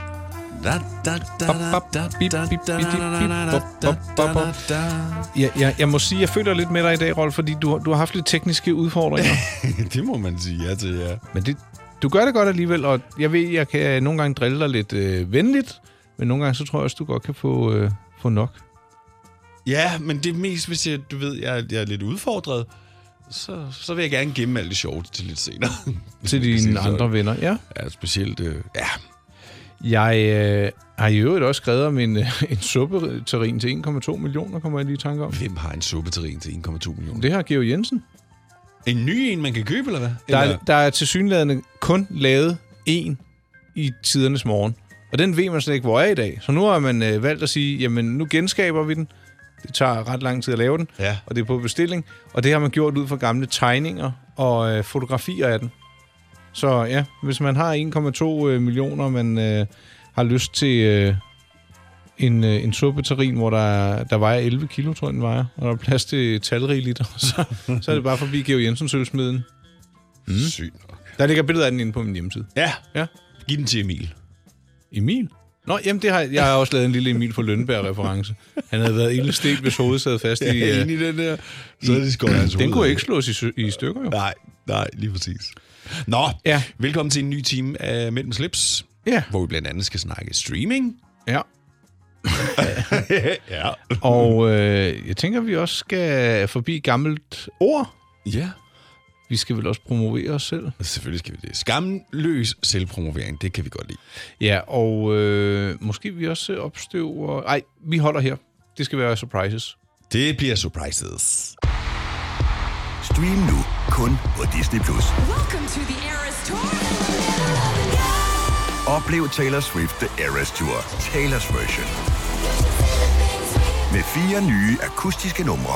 B: Jeg, jeg, jeg må sige, jeg føler lidt med dig i dag, Rolf, fordi du, du har haft lidt tekniske udfordringer.
C: Det må man sige ja til, ja.
B: Men det, du gør det godt alligevel, og jeg ved, jeg kan nogle gange drille dig lidt øh, venligt, men nogle gange så tror jeg også, du godt kan få, øh, få nok.
C: Ja, men det er mest, hvis jeg, du ved, jeg, jeg er lidt udfordret, så, så vil jeg gerne gemme alt det sjovt til lidt senere.
B: Til dine andre venner, ja.
C: Ja, specielt, øh, ja.
B: Jeg øh, har i øvrigt også skrevet om en, en suppeterrin til en komma to millioner, kommer jeg lige i tanke om.
C: Hvem har en suppeterrin til en komma to millioner?
B: Det har Georg Jensen.
C: En ny en, man kan købe, eller hvad?
B: Der
C: Eller?
B: er, der er tilsyneladende kun lavet en i tidernes morgen. Og den ved man slet ikke, hvor er i dag. Så nu har man øh, valgt at sige, jamen nu genskaber vi den. Det tager ret lang tid at lave den,
C: ja.
B: Og det er på bestilling. Og det har man gjort ud fra gamle tegninger og øh, fotografier af den. Så ja, hvis man har en komma to millioner, og man øh, har lyst til øh, en, øh, en suppeterrin, hvor der, der vejer elleve kilo, tror jeg, den vejer, og der er plads til talrige liter, så, så er det bare forbi Georg Jensens ølsmeden.
C: Mm. Sygt nok.
B: Der ligger billeder af den inde på min hjemmeside.
C: Ja.
B: Ja.
C: Giv den til Emil.
B: Emil? Nå, jamen, det har, jeg har også lavet en lille Emil for Lønberg-reference. Han havde været ille stigt, hvis hovedet sad fast i...
C: Ja,
B: uh,
C: inde i den der. Så er det skåret hans hoved.
B: Den kunne ikke slås i, i stykker, jo.
C: Nej, nej, lige præcis. Nå,
B: ja. Velkommen
C: til en ny time af Mænd med slips,
B: ja.
C: Hvor vi blandt andet skal snakke streaming.
B: Ja.
C: ja.
B: Og øh, jeg tænker, vi også skal forbi gammelt ord.
C: Ja.
B: Vi skal vel også promovere os selv.
C: Selvfølgelig skal vi det. Skamløs selvpromovering, det kan vi godt lide.
B: Ja, og øh, måske vi også opstøver... Ej, vi holder her. Det skal være surprises.
C: Det bliver surprises.
I: Stream nu kun på Disney plus. Oplev Taylor Swift The Eras Tour, Taylor's version. Med fire nye akustiske numre.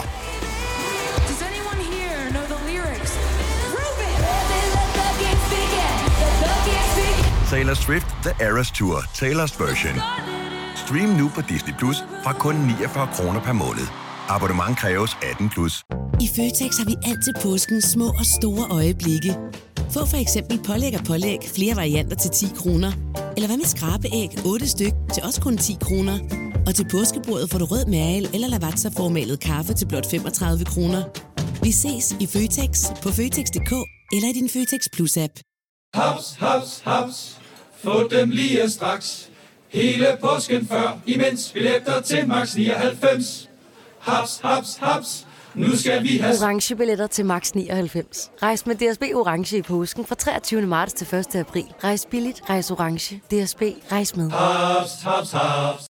I: Taylor Swift The Eras Tour, Taylor's version. Stream nu på Disney plus fra kun niogfyrre kroner per måned. Abonnement kræves atten plus.
J: I Føtex har vi altid påsken små og store øjeblikke. Få for eksempel pålæg og pålæg flere varianter til ti kroner. Eller hvad med skrabeæg otte styk til også kun ti kroner? Og til påskebordet får du rød mal eller lavatserformalet kaffe til blot femogtredive kroner. Vi ses i Føtex på Føtex punktum d k eller i din Føtex Plus-app.
K: Haps, haps, haps. Få dem lige straks. Hele påsken før, imens billetter til max nioghalvfems. Haps, haps, haps. Nu skal vi have
L: orange billetter til max nioghalvfems. Rejs med D S B Orange i påsken fra treogtyvende marts til første april. Rejs billigt, rejs orange. D S B, rejs med.
K: haps, haps, haps.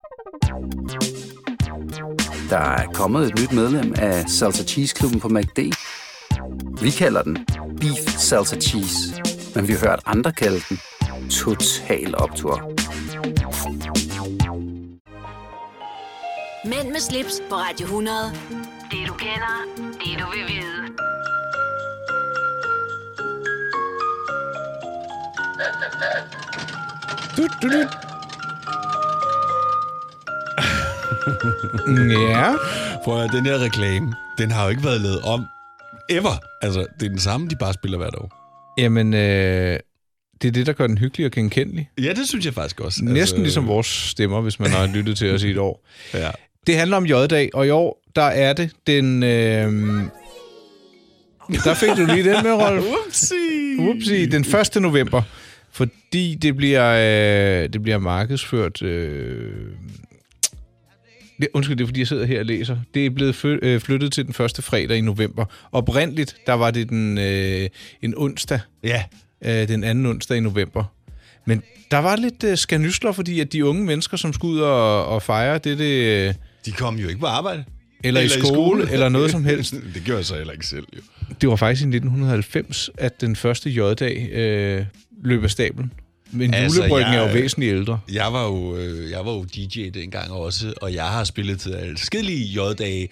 M: Der er kommet et nyt medlem af Salsa Cheese Klubben på McD. Vi kalder den Beef Salsa Cheese, men vi har hørt andre kalde den Total Optur.
A: Mænd med slips på Radio hundrede. Det du kender, det du vil vide.
B: Du, du, du. Ja.
C: Prøv at den her reklame, den har jo ikke været lavet om ever. Altså, det er den samme, de bare spiller hvert år.
B: Jamen, øh, det er det, der gør den hyggelig og genkendelig.
C: Ja, det synes jeg faktisk også.
B: Næsten
C: altså...
B: ligesom vores stemmer, hvis man har lyttet til os i et år.
C: Ja.
B: Det handler om J-dag, og i år, der er det den... Øh... Der fik du lige den med, Rolf.
C: Upsi!
B: Upsi, den første november. Fordi det bliver, øh, det bliver markedsført... Øh... Det, undskyld, det er, fordi jeg sidder her og læser. Det er blevet fø- øh, flyttet til den første fredag i november. Oprindeligt, der var det den, øh, en onsdag.
C: Ja.
B: Øh, den anden onsdag i november. Men der var lidt øh, skanysler, fordi at de unge mennesker, som skulle ud og, og fejre det, det... Øh,
C: de kom jo ikke på arbejde.
B: Eller, eller i skole, i skole. Eller noget som helst.
C: Det gjorde jeg så heller ikke selv, jo.
B: Det var faktisk i nitten halvfems, at den første J-dag øh, løb af stablen. Men altså, julebryggen er jo væsentligt ældre.
C: Jeg var jo, øh, jeg var jo D J dengang også, og jeg har spillet til adskillige J-dage.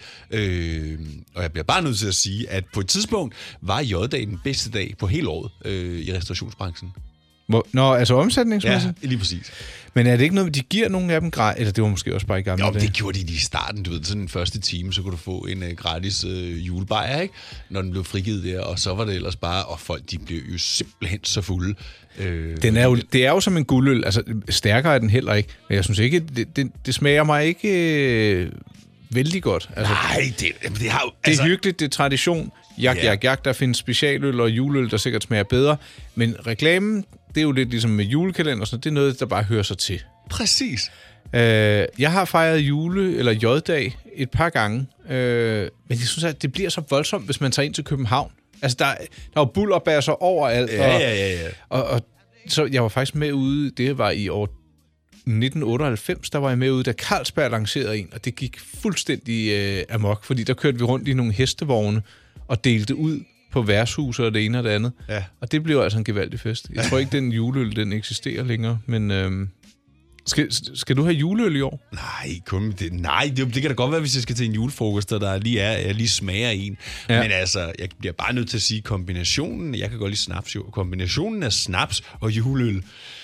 C: Øh, og jeg bliver bare nødt til at sige, at på et tidspunkt var J-dag den bedste dag på hele året øh, i restaurationsbranchen.
B: Hvor, nå, altså omsætningsmæssigt?
C: Ja, lige præcis.
B: Men er det ikke noget, de giver nogle af dem gratis? Eller det var måske også bare i gamle
C: dage? Jo,
B: dage.
C: det gjorde de lige i starten. Du ved, sådan den første time, så kunne du få en uh, gratis uh, julebajer, ikke? Når den blev frigivet der, og så var det ellers bare, og folk, de blev jo simpelthen så fulde. Øh,
B: den er jo, det er jo som en guldøl. Altså, stærkere er den heller ikke. Men jeg synes ikke, det, det, det smager mig ikke øh, vældig godt. Altså,
C: Nej, det, det har jo...
B: Det er altså, hyggeligt, det er tradition. Jak, yeah. jak, jak. Der findes specialøl og juleøl, der sikkert smager bedre. Men reklamen, det er jo lidt ligesom med julekalender, så det er noget, der bare hører sig til.
C: Præcis.
B: Øh, jeg har fejret jule- eller J-dag et par gange, øh, men jeg synes, at det bliver så voldsomt, hvis man tager ind til København. Altså, der, der er jo bullerbasser overalt.
C: Ja,
B: og,
C: ja, ja, ja.
B: Og, og så jeg var faktisk med ude, det var i år nitten otteoghalvfems, der var jeg med ude, da Carlsberg lancerede en, og det gik fuldstændig øh, amok, fordi der kørte vi rundt i nogle hestevogne og delte ud på værtshus og det ene og det andet.
C: Ja. Og
B: det blev altså en gevaldig fest. Jeg tror ikke, den juleøl, den eksisterer længere, men... Øh, Skal, skal du have juleøl i år?
C: Nej, kun det, nej det, det kan da godt være, hvis jeg skal til en julefrokost, der, der lige er, jeg lige smager en. Ja. Men altså, jeg bliver bare nødt til at sige, kombinationen, jeg kan godt lide snaps jo, kombinationen af snaps og juleøl,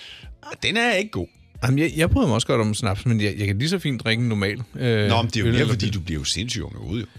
C: den er ikke god.
B: Jamen, jeg, jeg bryder mig også godt om snaps, men jeg, jeg kan lige så fint drikke en normal. Øh,
C: Nå, men det er jo mere, fordi du bliver jo sindssyg unge ude, jo.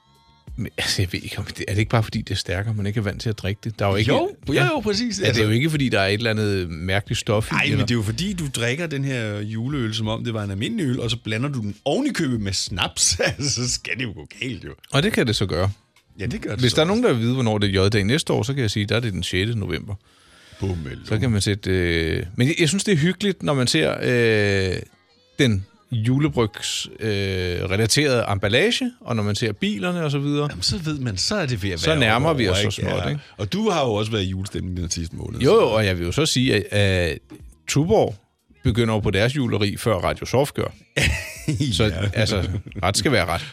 B: Men, altså, jeg ved ikke, om det, er det ikke bare, fordi det er stærkere, man ikke er vant til at drikke det? Der er jo, ikke,
C: jo, ja, jo, præcis.
B: Er altså, det er jo ikke, fordi der er et eller andet mærkeligt stof i?
C: Nej,
B: eller?
C: men det er jo fordi, du drikker den her juleøl, som om det var en almindelig øl, og så blander du den oven i købet med snaps. Så skal det jo gå galt, jo.
B: Og det kan det så gøre.
C: Ja, det gør det.
B: Hvis
C: så
B: der er
C: også.
B: nogen, der vil vide, hvornår det er J-dag næste år, så kan jeg sige, der er det den sjette november.
C: Bummel.
B: Så kan man sætte... Øh... Men jeg, jeg synes, det er hyggeligt, når man ser øh, den julebrygs øh, relaterede emballage, og når man ser bilerne og så videre.
C: Jamen, så ved man, så er det ved at
B: så
C: være
B: nærmer
C: over,
B: vi os
C: ikke?
B: så småt,
C: ja.
B: Ikke?
C: Og du har jo også været i julestemning den sidste måned.
B: Jo, jo, og jeg vil jo så sige, at, at Tuborg begynder jo på deres juleri, før Radio Soft gør.
C: ja.
B: Så altså, ret skal være ret.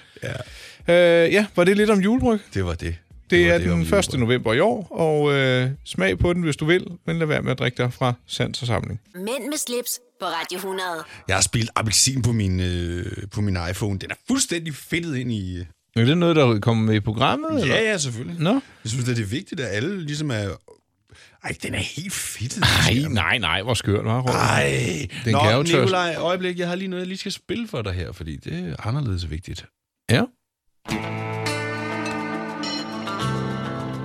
C: Ja.
B: Øh, ja, var det lidt om julebryg?
C: Det var det.
B: Det,
C: det
B: er
C: var det
B: den første november i år, og øh, smag på den, hvis du vil, men lad være med at drikke dig fra Sands og Samling.
A: Mænd med slips på Radio hundrede.
C: Jeg har spillet appelsin på min, øh, på min iPhone. Den er fuldstændig fedtet ind i...
B: Er det noget, der kommer med i programmet?
C: Ja,
B: eller?
C: ja, selvfølgelig.
B: Nå?
C: Jeg synes, det er vigtigt, at alle ligesom er... Ej, den er helt fedtet.
B: Nej, nej, nej, hvor skørt, var
C: Ej.
B: Den
C: Nå,
B: kan jo
C: Nikolaj, øjeblik, jeg har lige noget, jeg lige skal spille for dig her, fordi det er anderledes vigtigt.
B: Ja.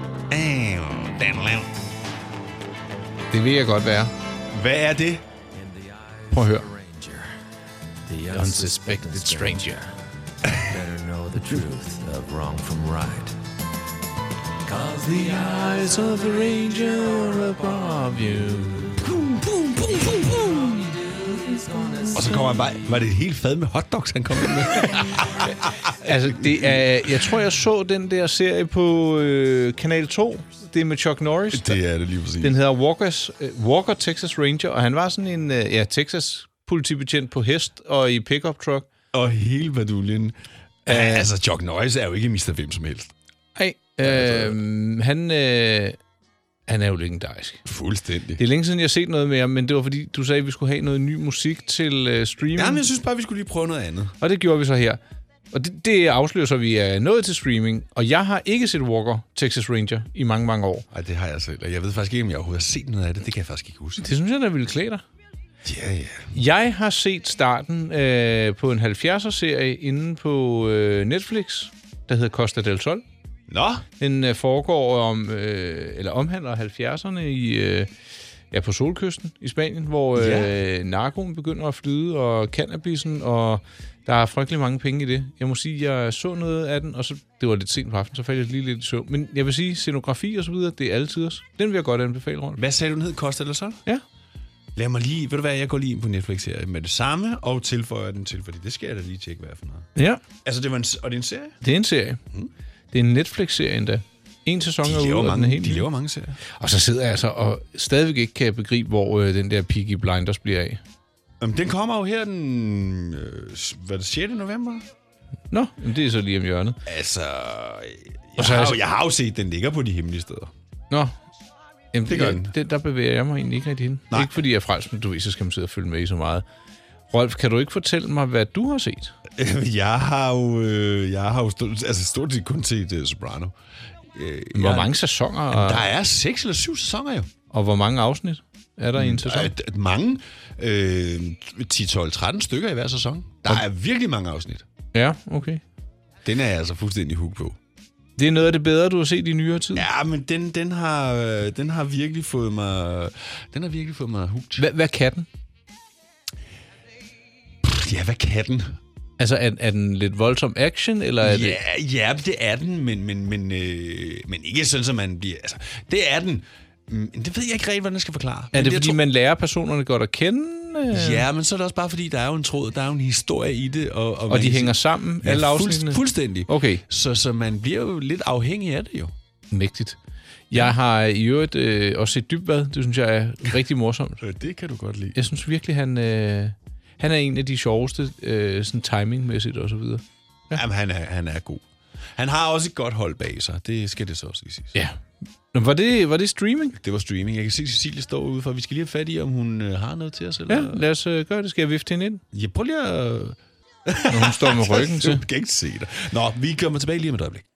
C: Den lav.
B: Det vil jeg godt være.
C: Hvad er det?
B: Prøv at høre.
N: The unsuspected stranger. Better know the truth of wrong from right. Cause the eyes of the ranger above you.
C: Boom, boom, boom, boom, boom. Og så kommer han bare... Var det et helt fad med hotdogs, han kom ind med?
B: Altså, det er... Jeg tror, jeg så den der serie på øh, Kanal to. Det er med Chuck Norris.
C: Det er det lige præcis.
B: Den hedder Walkers, øh, Walker Texas Ranger, og han var sådan en øh, ja, Texas politibetjent på hest og i pickup truck.
C: Og hele baduljen. Uh, altså, Chuck Norris er jo ikke mister Hvem som helst.
B: Nej, øh, han... Øh, Han er jo legendarisk.
C: Fuldstændig.
B: Det er længe siden, jeg har set noget med ham, men det var fordi, du sagde, at vi skulle have noget ny musik til uh, streaming.
C: Jamen, jeg synes bare, vi skulle lige prøve noget andet.
B: Og det gjorde vi så her. Og det, det afslører så, at vi er nået til streaming. Og jeg har ikke set Walker Texas Ranger i mange, mange år.
C: Nej, det har jeg selv. Og jeg ved faktisk ikke, om jeg overhovedet har set noget af det. Det kan jeg faktisk ikke huske.
B: Det synes jeg, der ville klæde dig.
C: Ja, ja.
B: Jeg har set starten øh, på en halvfjerdser-serie inde på øh, Netflix, der hedder Costa del Sol.
C: Nå.
B: Den øh, foregår om, øh, eller omhandler halvfjerdserne i, øh, ja, på solkysten i Spanien, hvor øh, ja. narkoen begynder at flyde, og cannabisen, og der er frygtelig mange penge i det. Jeg må sige, jeg så noget af den, og så, det var lidt sent på aftenen, så faldt jeg lige lidt i søvn. Men jeg vil sige, scenografi og så videre, det er altid også. Den vil jeg godt anbefale rundt.
C: Hvad sagde du, den hed? Costa del Sol?
B: Ja.
C: Lad mig lige, ved du hvad, jeg går lige ind på Netflix her med det samme, og tilføjer den til, fordi det skal jeg da lige tjekke, hvad for noget.
B: Ja.
C: Altså, det var en, og det er en serie?
B: Det er en serie. Mm. Det er en Netflix-serie endda. En sæson er ude,
C: mange,
B: og den er helt
C: de laver mange serier.
B: Og så sidder jeg altså og stadigvæk ikke kan begribe, hvor øh, den der Peaky Blinders bliver af.
C: Jamen, den kommer jo her den... Øh, hvad er det, sjette november?
B: Nå, men det er så lige om hjørnet.
C: Altså... Jeg,
B: og så
C: har,
B: altså,
C: jo, jeg har jo set, den ligger på de hemmelige steder.
B: Nå. Jamen,
C: det gør den.
B: Det, der bevæger jeg mig egentlig ikke rigtig hen. Ikke fordi jeg er frelst, men du ved, så skal man sidde og følge med i så meget. Rolf, kan du ikke fortælle mig, hvad du har set?
C: Jeg har jo, øh, jeg har jo stort, altså stort set kun set uh, Soprano.
B: Øh, hvor jeg, mange sæsoner?
C: Og... Der er seks eller syv sæsoner jo.
B: Og hvor mange afsnit er der i en sæson?
C: Der er mange. Øh, ti, tolv, tretten stykker i hver sæson. Der er virkelig mange afsnit.
B: Ja, okay.
C: Den er jeg altså fuldstændig hooked på.
B: Det er noget af det bedre, du har set i nyere tid?
C: Ja, men den, den, har, den har virkelig fået mig, den har virkelig fået mig hooked.
B: Hvad, hvad kan den?
C: Ja, hvad kan den?
B: Altså, er, er den lidt voldsom action, eller er
C: ja,
B: det...
C: Ja, det er den, men, men, men, øh, men ikke sådan, som man bliver... Altså, det er den. Det ved jeg ikke rigtig, hvordan jeg skal forklare.
B: Er det,
C: det,
B: fordi
C: tror...
B: man lærer personerne godt at kende?
C: Ja, men så er det også bare, fordi der er jo en tråd, der er jo en historie i det. Og, og,
B: og de hænger sammen,
C: ja,
B: alle afsnittene?
C: Fuld, fuldstændig.
B: Okay.
C: Så, så man bliver jo lidt afhængig af det jo.
B: Mægtigt. Jeg har i øvrigt øh, også set Dybvad. Det synes jeg er rigtig morsomt.
C: Det kan du godt lide.
B: Jeg synes virkelig, han... Øh... Han er en af de sjoveste, øh, sådan timingmæssigt og så videre.
C: Ja. Jamen, han er, han er god. Han har også et godt hold bag sig. Det skal det så også lige sige.
B: Ja. Nå, var det, var det streaming?
C: Det var streaming. Jeg kan se, Cecilie står ude for. Vi skal lige have fat i, om hun øh, har noget til os. Eller?
B: Ja, lad os øh, gøre det. Skal jeg vifte hende ind?
C: Ja, prøv lige at...
B: Når hun står med ryggen til.
C: Du kan ikke se det. Nå, vi kommer tilbage lige om et øjeblik.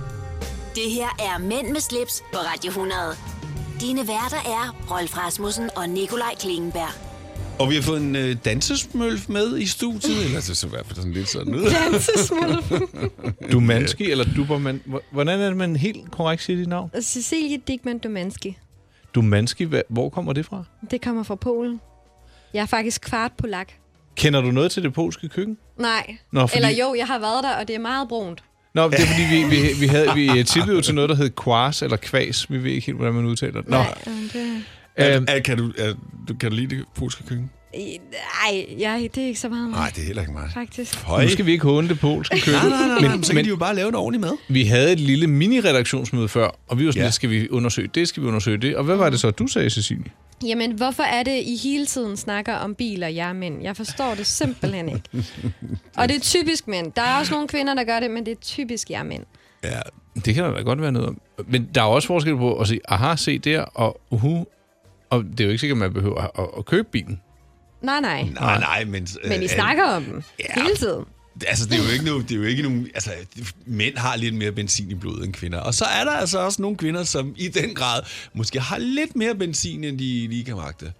A: Det her er Mænd med slips på Radio hundrede. Dine værter er Rolf Rasmussen og Nikolaj Klingenberg.
C: Og vi har fået en øh, dansesmølf med i studiet. Eller så i hvert fald sådan lidt sådan noget.
O: Dansesmølf.
B: Dumanski eller Duberman. Hvordan er det, man helt korrekt siger dit navn?
O: Cecilie Dickmann Dumanski.
B: Dumanski, hvor kommer det fra?
O: Det kommer fra Polen. Jeg er faktisk kvart polak.
B: Kender du noget til det polske køkken?
O: Nej.
B: Nå, fordi...
O: Eller jo, jeg har været der, og det er meget brunt.
B: Nå, det er fordi, vi, vi, vi, havde, vi tippede jo til noget, der hed kvars eller kvas. Vi ved ikke helt, hvordan man udtaler det. Nå.
O: Nej, det...
C: Er, er, kan, du, er, du, kan du lide det polske køkken?
O: Nej, ja, det er ikke så meget mig.
C: Nej, det er heller ikke mig.
O: Faktisk.
B: Høj. Nu skal vi ikke håne det polske køkken.
C: nej, nej, nej, nej, men så kan men, de jo bare lave en ordentlig mad.
B: Vi havde et lille mini-redaktionsmøde før, og vi var sådan, ja. skal vi undersøge det, skal vi undersøge det. Og hvad var det så, du sagde, Cecilie?
O: Jamen, hvorfor er det, I hele tiden snakker om biler, jeg er mænd? Jeg forstår det simpelthen ikke. Og det er typisk mænd. Der er også nogle kvinder, der gør det, men det er typisk jeg er mænd.
C: Ja.
B: Det kan der da godt være noget om. Men der er også forskel på at sige, aha, se der, og uhu. Og det er jo ikke sikkert, at man behøver at, at købe bilen.
O: Nej, nej.
C: Nej, nej, men...
O: Men I snakker om dem ja, hele tiden.
C: Altså, det er jo ikke nogen... Det er jo ikke nogen altså, mænd har lidt mere benzin i blodet end kvinder. Og så er der altså også nogle kvinder, som i den grad måske har lidt mere benzin, end de lige kan magte.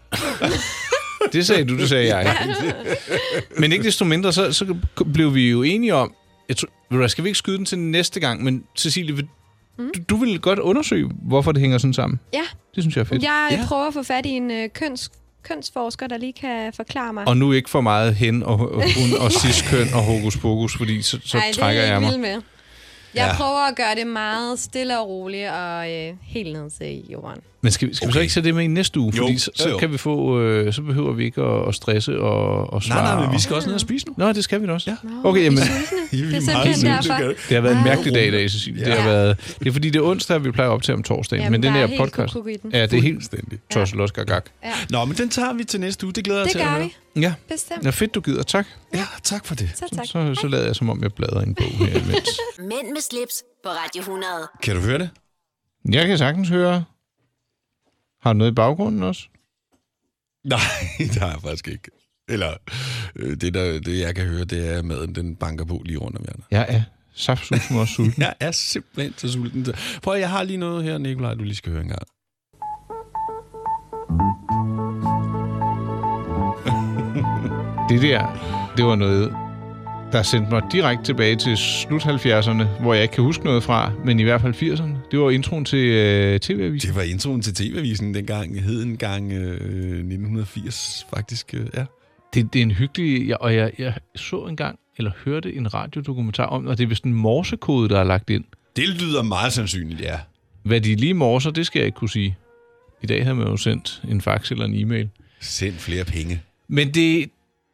B: Det sagde du, det sagde jeg. Men ikke desto mindre, så, så blev vi jo enige om... Jeg tror, skal vi ikke skyde den til næste gang? Men Cecilie, mm. du, du vil godt undersøge, hvorfor det hænger sådan sammen.
O: Ja.
B: Det synes jeg er fedt.
O: Jeg
C: ja.
O: prøver at få fat i en uh, køns kønsforsker, der lige kan forklare mig.
B: Og nu ikke for meget hen og, og hun og ciskøn og hokus pokus, fordi så, så
O: Ej,
B: trækker jeg mig.
O: Med. Jeg
B: Ja.
O: prøver at gøre det meget stille og roligt og øh, helt ned til jorden.
B: Men skal, vi- skal okay. vi så ikke sætte det med i næste uge?
C: Jo,
B: Fordi så, så
C: jo, jo.
B: kan vi få, øh, så behøver vi ikke at, at stresse og, og svare.
C: Nej, nej, men vi skal også ned og spise nu.
B: Nå, det skal vi da også.
C: Ja.
B: Okay, jamen,
O: Det er simpelthen derfor.
B: det har været en mærkelig dag i dag, Cecilie. Det,
C: Ja.
B: har været, det er fordi, det er onsdag, vi plejer op til om torsdagen.
O: Jamen,
B: men den
O: der er
B: der
O: helt
B: podcast...
O: kukuk i den.
B: Ja, det er helt
C: Fuldstændig.
B: tosselos gagak.
O: Ja.
C: Nå, men den tager vi til næste uge. Det glæder jeg
O: Det
C: til at
O: gør
C: høre.
O: vi.
B: Ja.
O: Bestemt.
B: Ja, fedt, du gider. Tak.
C: Ja, tak for det.
O: Så tak.
B: Så, så lader jeg, som om jeg bladrer i en bog her imens.
A: Mænd med slips på Radio hundrede.
C: Kan du høre det?
B: Jeg kan sagtens høre... Har du noget i baggrunden også?
C: Nej, det har jeg faktisk ikke. Eller, øh, det, der, det jeg kan høre, det er, at maden den banker på lige rundt om hjørnet.
B: Jeg er saftsulten og sulten.
C: Jeg er simpelthen så sulten. Prøv, jeg har lige noget her, Nikolaj, du lige skal høre en gang.
B: Det der, det var noget, der sendte mig direkte tilbage til slut halvfjerdserne, hvor jeg ikke kan huske noget fra, men i hvert fald firserne. Det var introen til øh, T V-avisen.
C: Det var introen til T V-avisen dengang, hed en gang øh, nitten firs, faktisk, øh, ja.
B: Det, det er en hyggelig... Jeg, og jeg, jeg så engang, eller hørte en radiodokumentar om, og det er vist en morsekode, der er lagt ind.
C: Det lyder meget sandsynligt, ja.
B: Hvad de lige morser, det skal jeg ikke kunne sige. I dag havde man jo sendt en fax eller en e-mail.
C: Send flere penge.
B: Men det,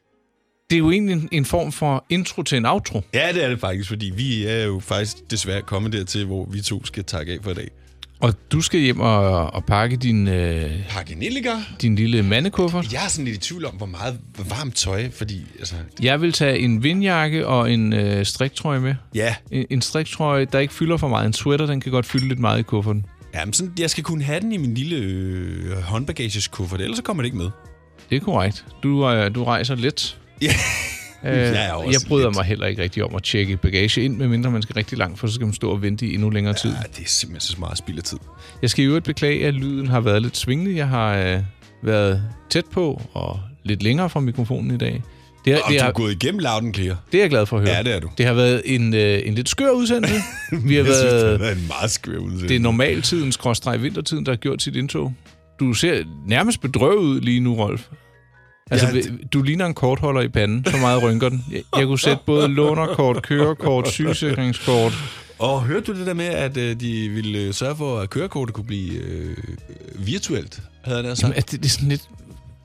B: det er jo egentlig en, en form for intro til en outro.
C: Ja, det er det faktisk, fordi vi er jo faktisk desværre kommet dertil, hvor vi to skal takke af for i dag.
B: Og du skal hjem og, og pakke din, øh,
C: Pakke nilliger.
B: din lille mandekuffert.
C: Jeg er sådan lidt i tvivl om, hvor meget varmt tøj, fordi... Altså,
B: Jeg vil tage en vindjakke og en øh, striktrøje med.
C: ja,
B: En, en striktrøje, der ikke fylder for meget. En sweater, den kan godt fylde lidt meget i kufferten.
C: jamen sådan, jeg skal kunne have den i min lille øh, håndbagagekuffert, ellers så kommer det ikke med.
B: Det er korrekt. Du, øh, du rejser let.
C: Ja.
B: Øh,
C: Jeg er også
B: jeg bryder
C: lidt.
B: mig heller ikke rigtig om at tjekke bagage ind, medmindre man skal rigtig langt, for så skal man stå og vente i endnu længere tid.
C: Ja, det er simpelthen så meget spild af tid.
B: Jeg skal i øvrigt beklage, at lyden har været lidt svingende. Jeg har øh, været tæt på og lidt længere fra mikrofonen i dag. Det er,
C: Og
B: det
C: du
B: er,
C: er gået igennem loud and clear.
B: det er jeg glad for at høre.
C: Ja, det er du.
B: Det har været en, øh, en lidt skør udsendelse. Vi har
C: Jeg synes, det
B: været...
C: har været en meget skør udsendelse.
B: Det er normaltiden, skråstreg vintertiden, der har gjort sit indtog. Du ser nærmest bedrøvet ud lige nu, Rolf. Altså,
C: Ja,
B: ja, du ligner en kortholder i panden. Så meget rynker den. Jeg, jeg kunne sætte både lånerkort, kørekort, sygesikringskort.
C: Og hørte du det der med, at øh, de ville øh, sørge for, at kørekortet kunne blive øh, virtuelt? Havde jeg der sagt?
B: Jamen, er det, det er sådan lidt...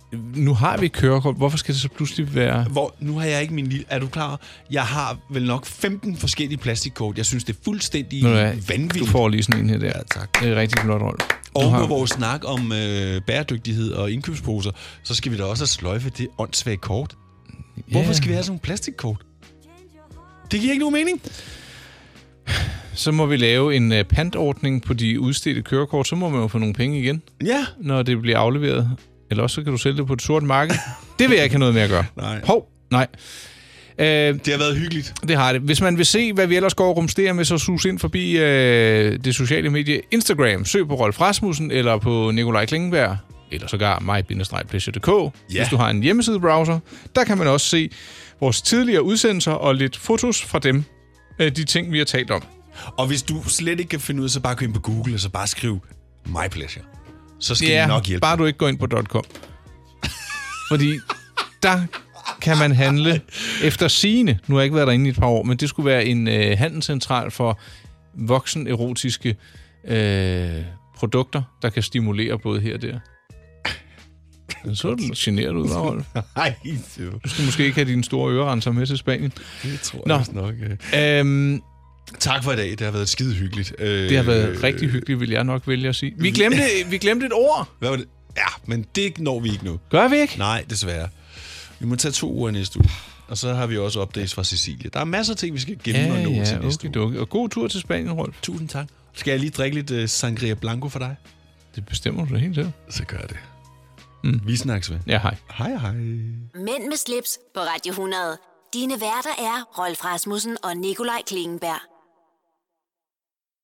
B: Nu har vi kørekort. Hvorfor skal det så pludselig være...
C: Hvor, nu har jeg ikke min lille... Er du klar? Jeg har vel nok femten forskellige plastikkort. Jeg synes, det er fuldstændig
B: Nå, ja,
C: vanvittigt.
B: Du får lige sådan en her der.
C: Ja, tak.
B: Det er rigtig flot, Rolf. Du
C: Og på
B: har-
C: vores snak om øh, bæredygtighed og indkøbsposer, så skal vi da også have sløjfe det åndssvage kort. Hvorfor
B: Ja.
C: skal vi have sådan nogle plastikkort? Det giver ikke nogen mening.
B: Så må vi lave en uh, pantordning på de udstedte kørekort. Så må man jo få nogle penge igen,
C: Ja.
B: når det bliver afleveret. Eller også så kan du sælge det på et sort marked. Det vil jeg ikke have noget med at gøre.
C: Nej.
B: Hov, nej. Uh,
C: Det har været hyggeligt.
B: det har det. Hvis man vil se, hvad vi ellers går og rumsterer med, så sus ind forbi uh, det sociale medie Instagram. Søg på Rolf Rasmussen eller på Nikolaj Klingenberg. Eller sågar mig bindestreg pleasure punktum d k.
C: Ja.
B: Hvis du har en hjemmesidebrowser. Der kan man også se vores tidligere udsendelser og lidt fotos fra dem. Uh, de ting, vi har talt om.
C: Og hvis du slet ikke kan finde ud af, så bare gå ind på Google og så bare skriv My Pleasure. Så skal
B: Ja,
C: det nok hjælpe.
B: bare du ikke går ind på .com. Fordi der kan man handle efter sigende. Nu har jeg ikke været derinde i et par år, men det skulle være en øh, handelscentral for voksen-erotiske øh, produkter, der kan stimulere både her og der. Men så er du lidt generet ud, Rolf.
C: Nej,
B: Du skal måske ikke have dine store ørerenser med til Spanien.
C: det tror
B: Nå.
C: jeg vist nok. Øh.
B: Øhm,
C: Tak for i dag. Det har været skide hyggeligt. Øh,
B: det har været rigtig hyggeligt, vil jeg nok vælge at sige. Vi glemte, vi glemte et ord.
C: Hvad var det? Ja, men det når vi ikke nu.
B: Gør vi ikke?
C: Nej, desværre. Vi må tage to uger næste uge. Og så har vi også updates fra Cecilie. Der er masser af ting, vi skal gemme
B: Ja,
C: og nå
B: ja,
C: til næste uge.
B: okay. Og god tur til Spanien, Rolf.
C: Tusind tak. Skal jeg lige drikke lidt uh, Sangria Blanco for dig?
B: Det bestemmer du da helt selv.
C: Så gør jeg det.
B: Mm.
C: Vi snakkes ved.
B: Ja, hej.
C: Hej, hej.
A: Mænd med slips på Radio hundrede. Dine værter er Rolf Rasmussen og Nikolaj Klingenberg.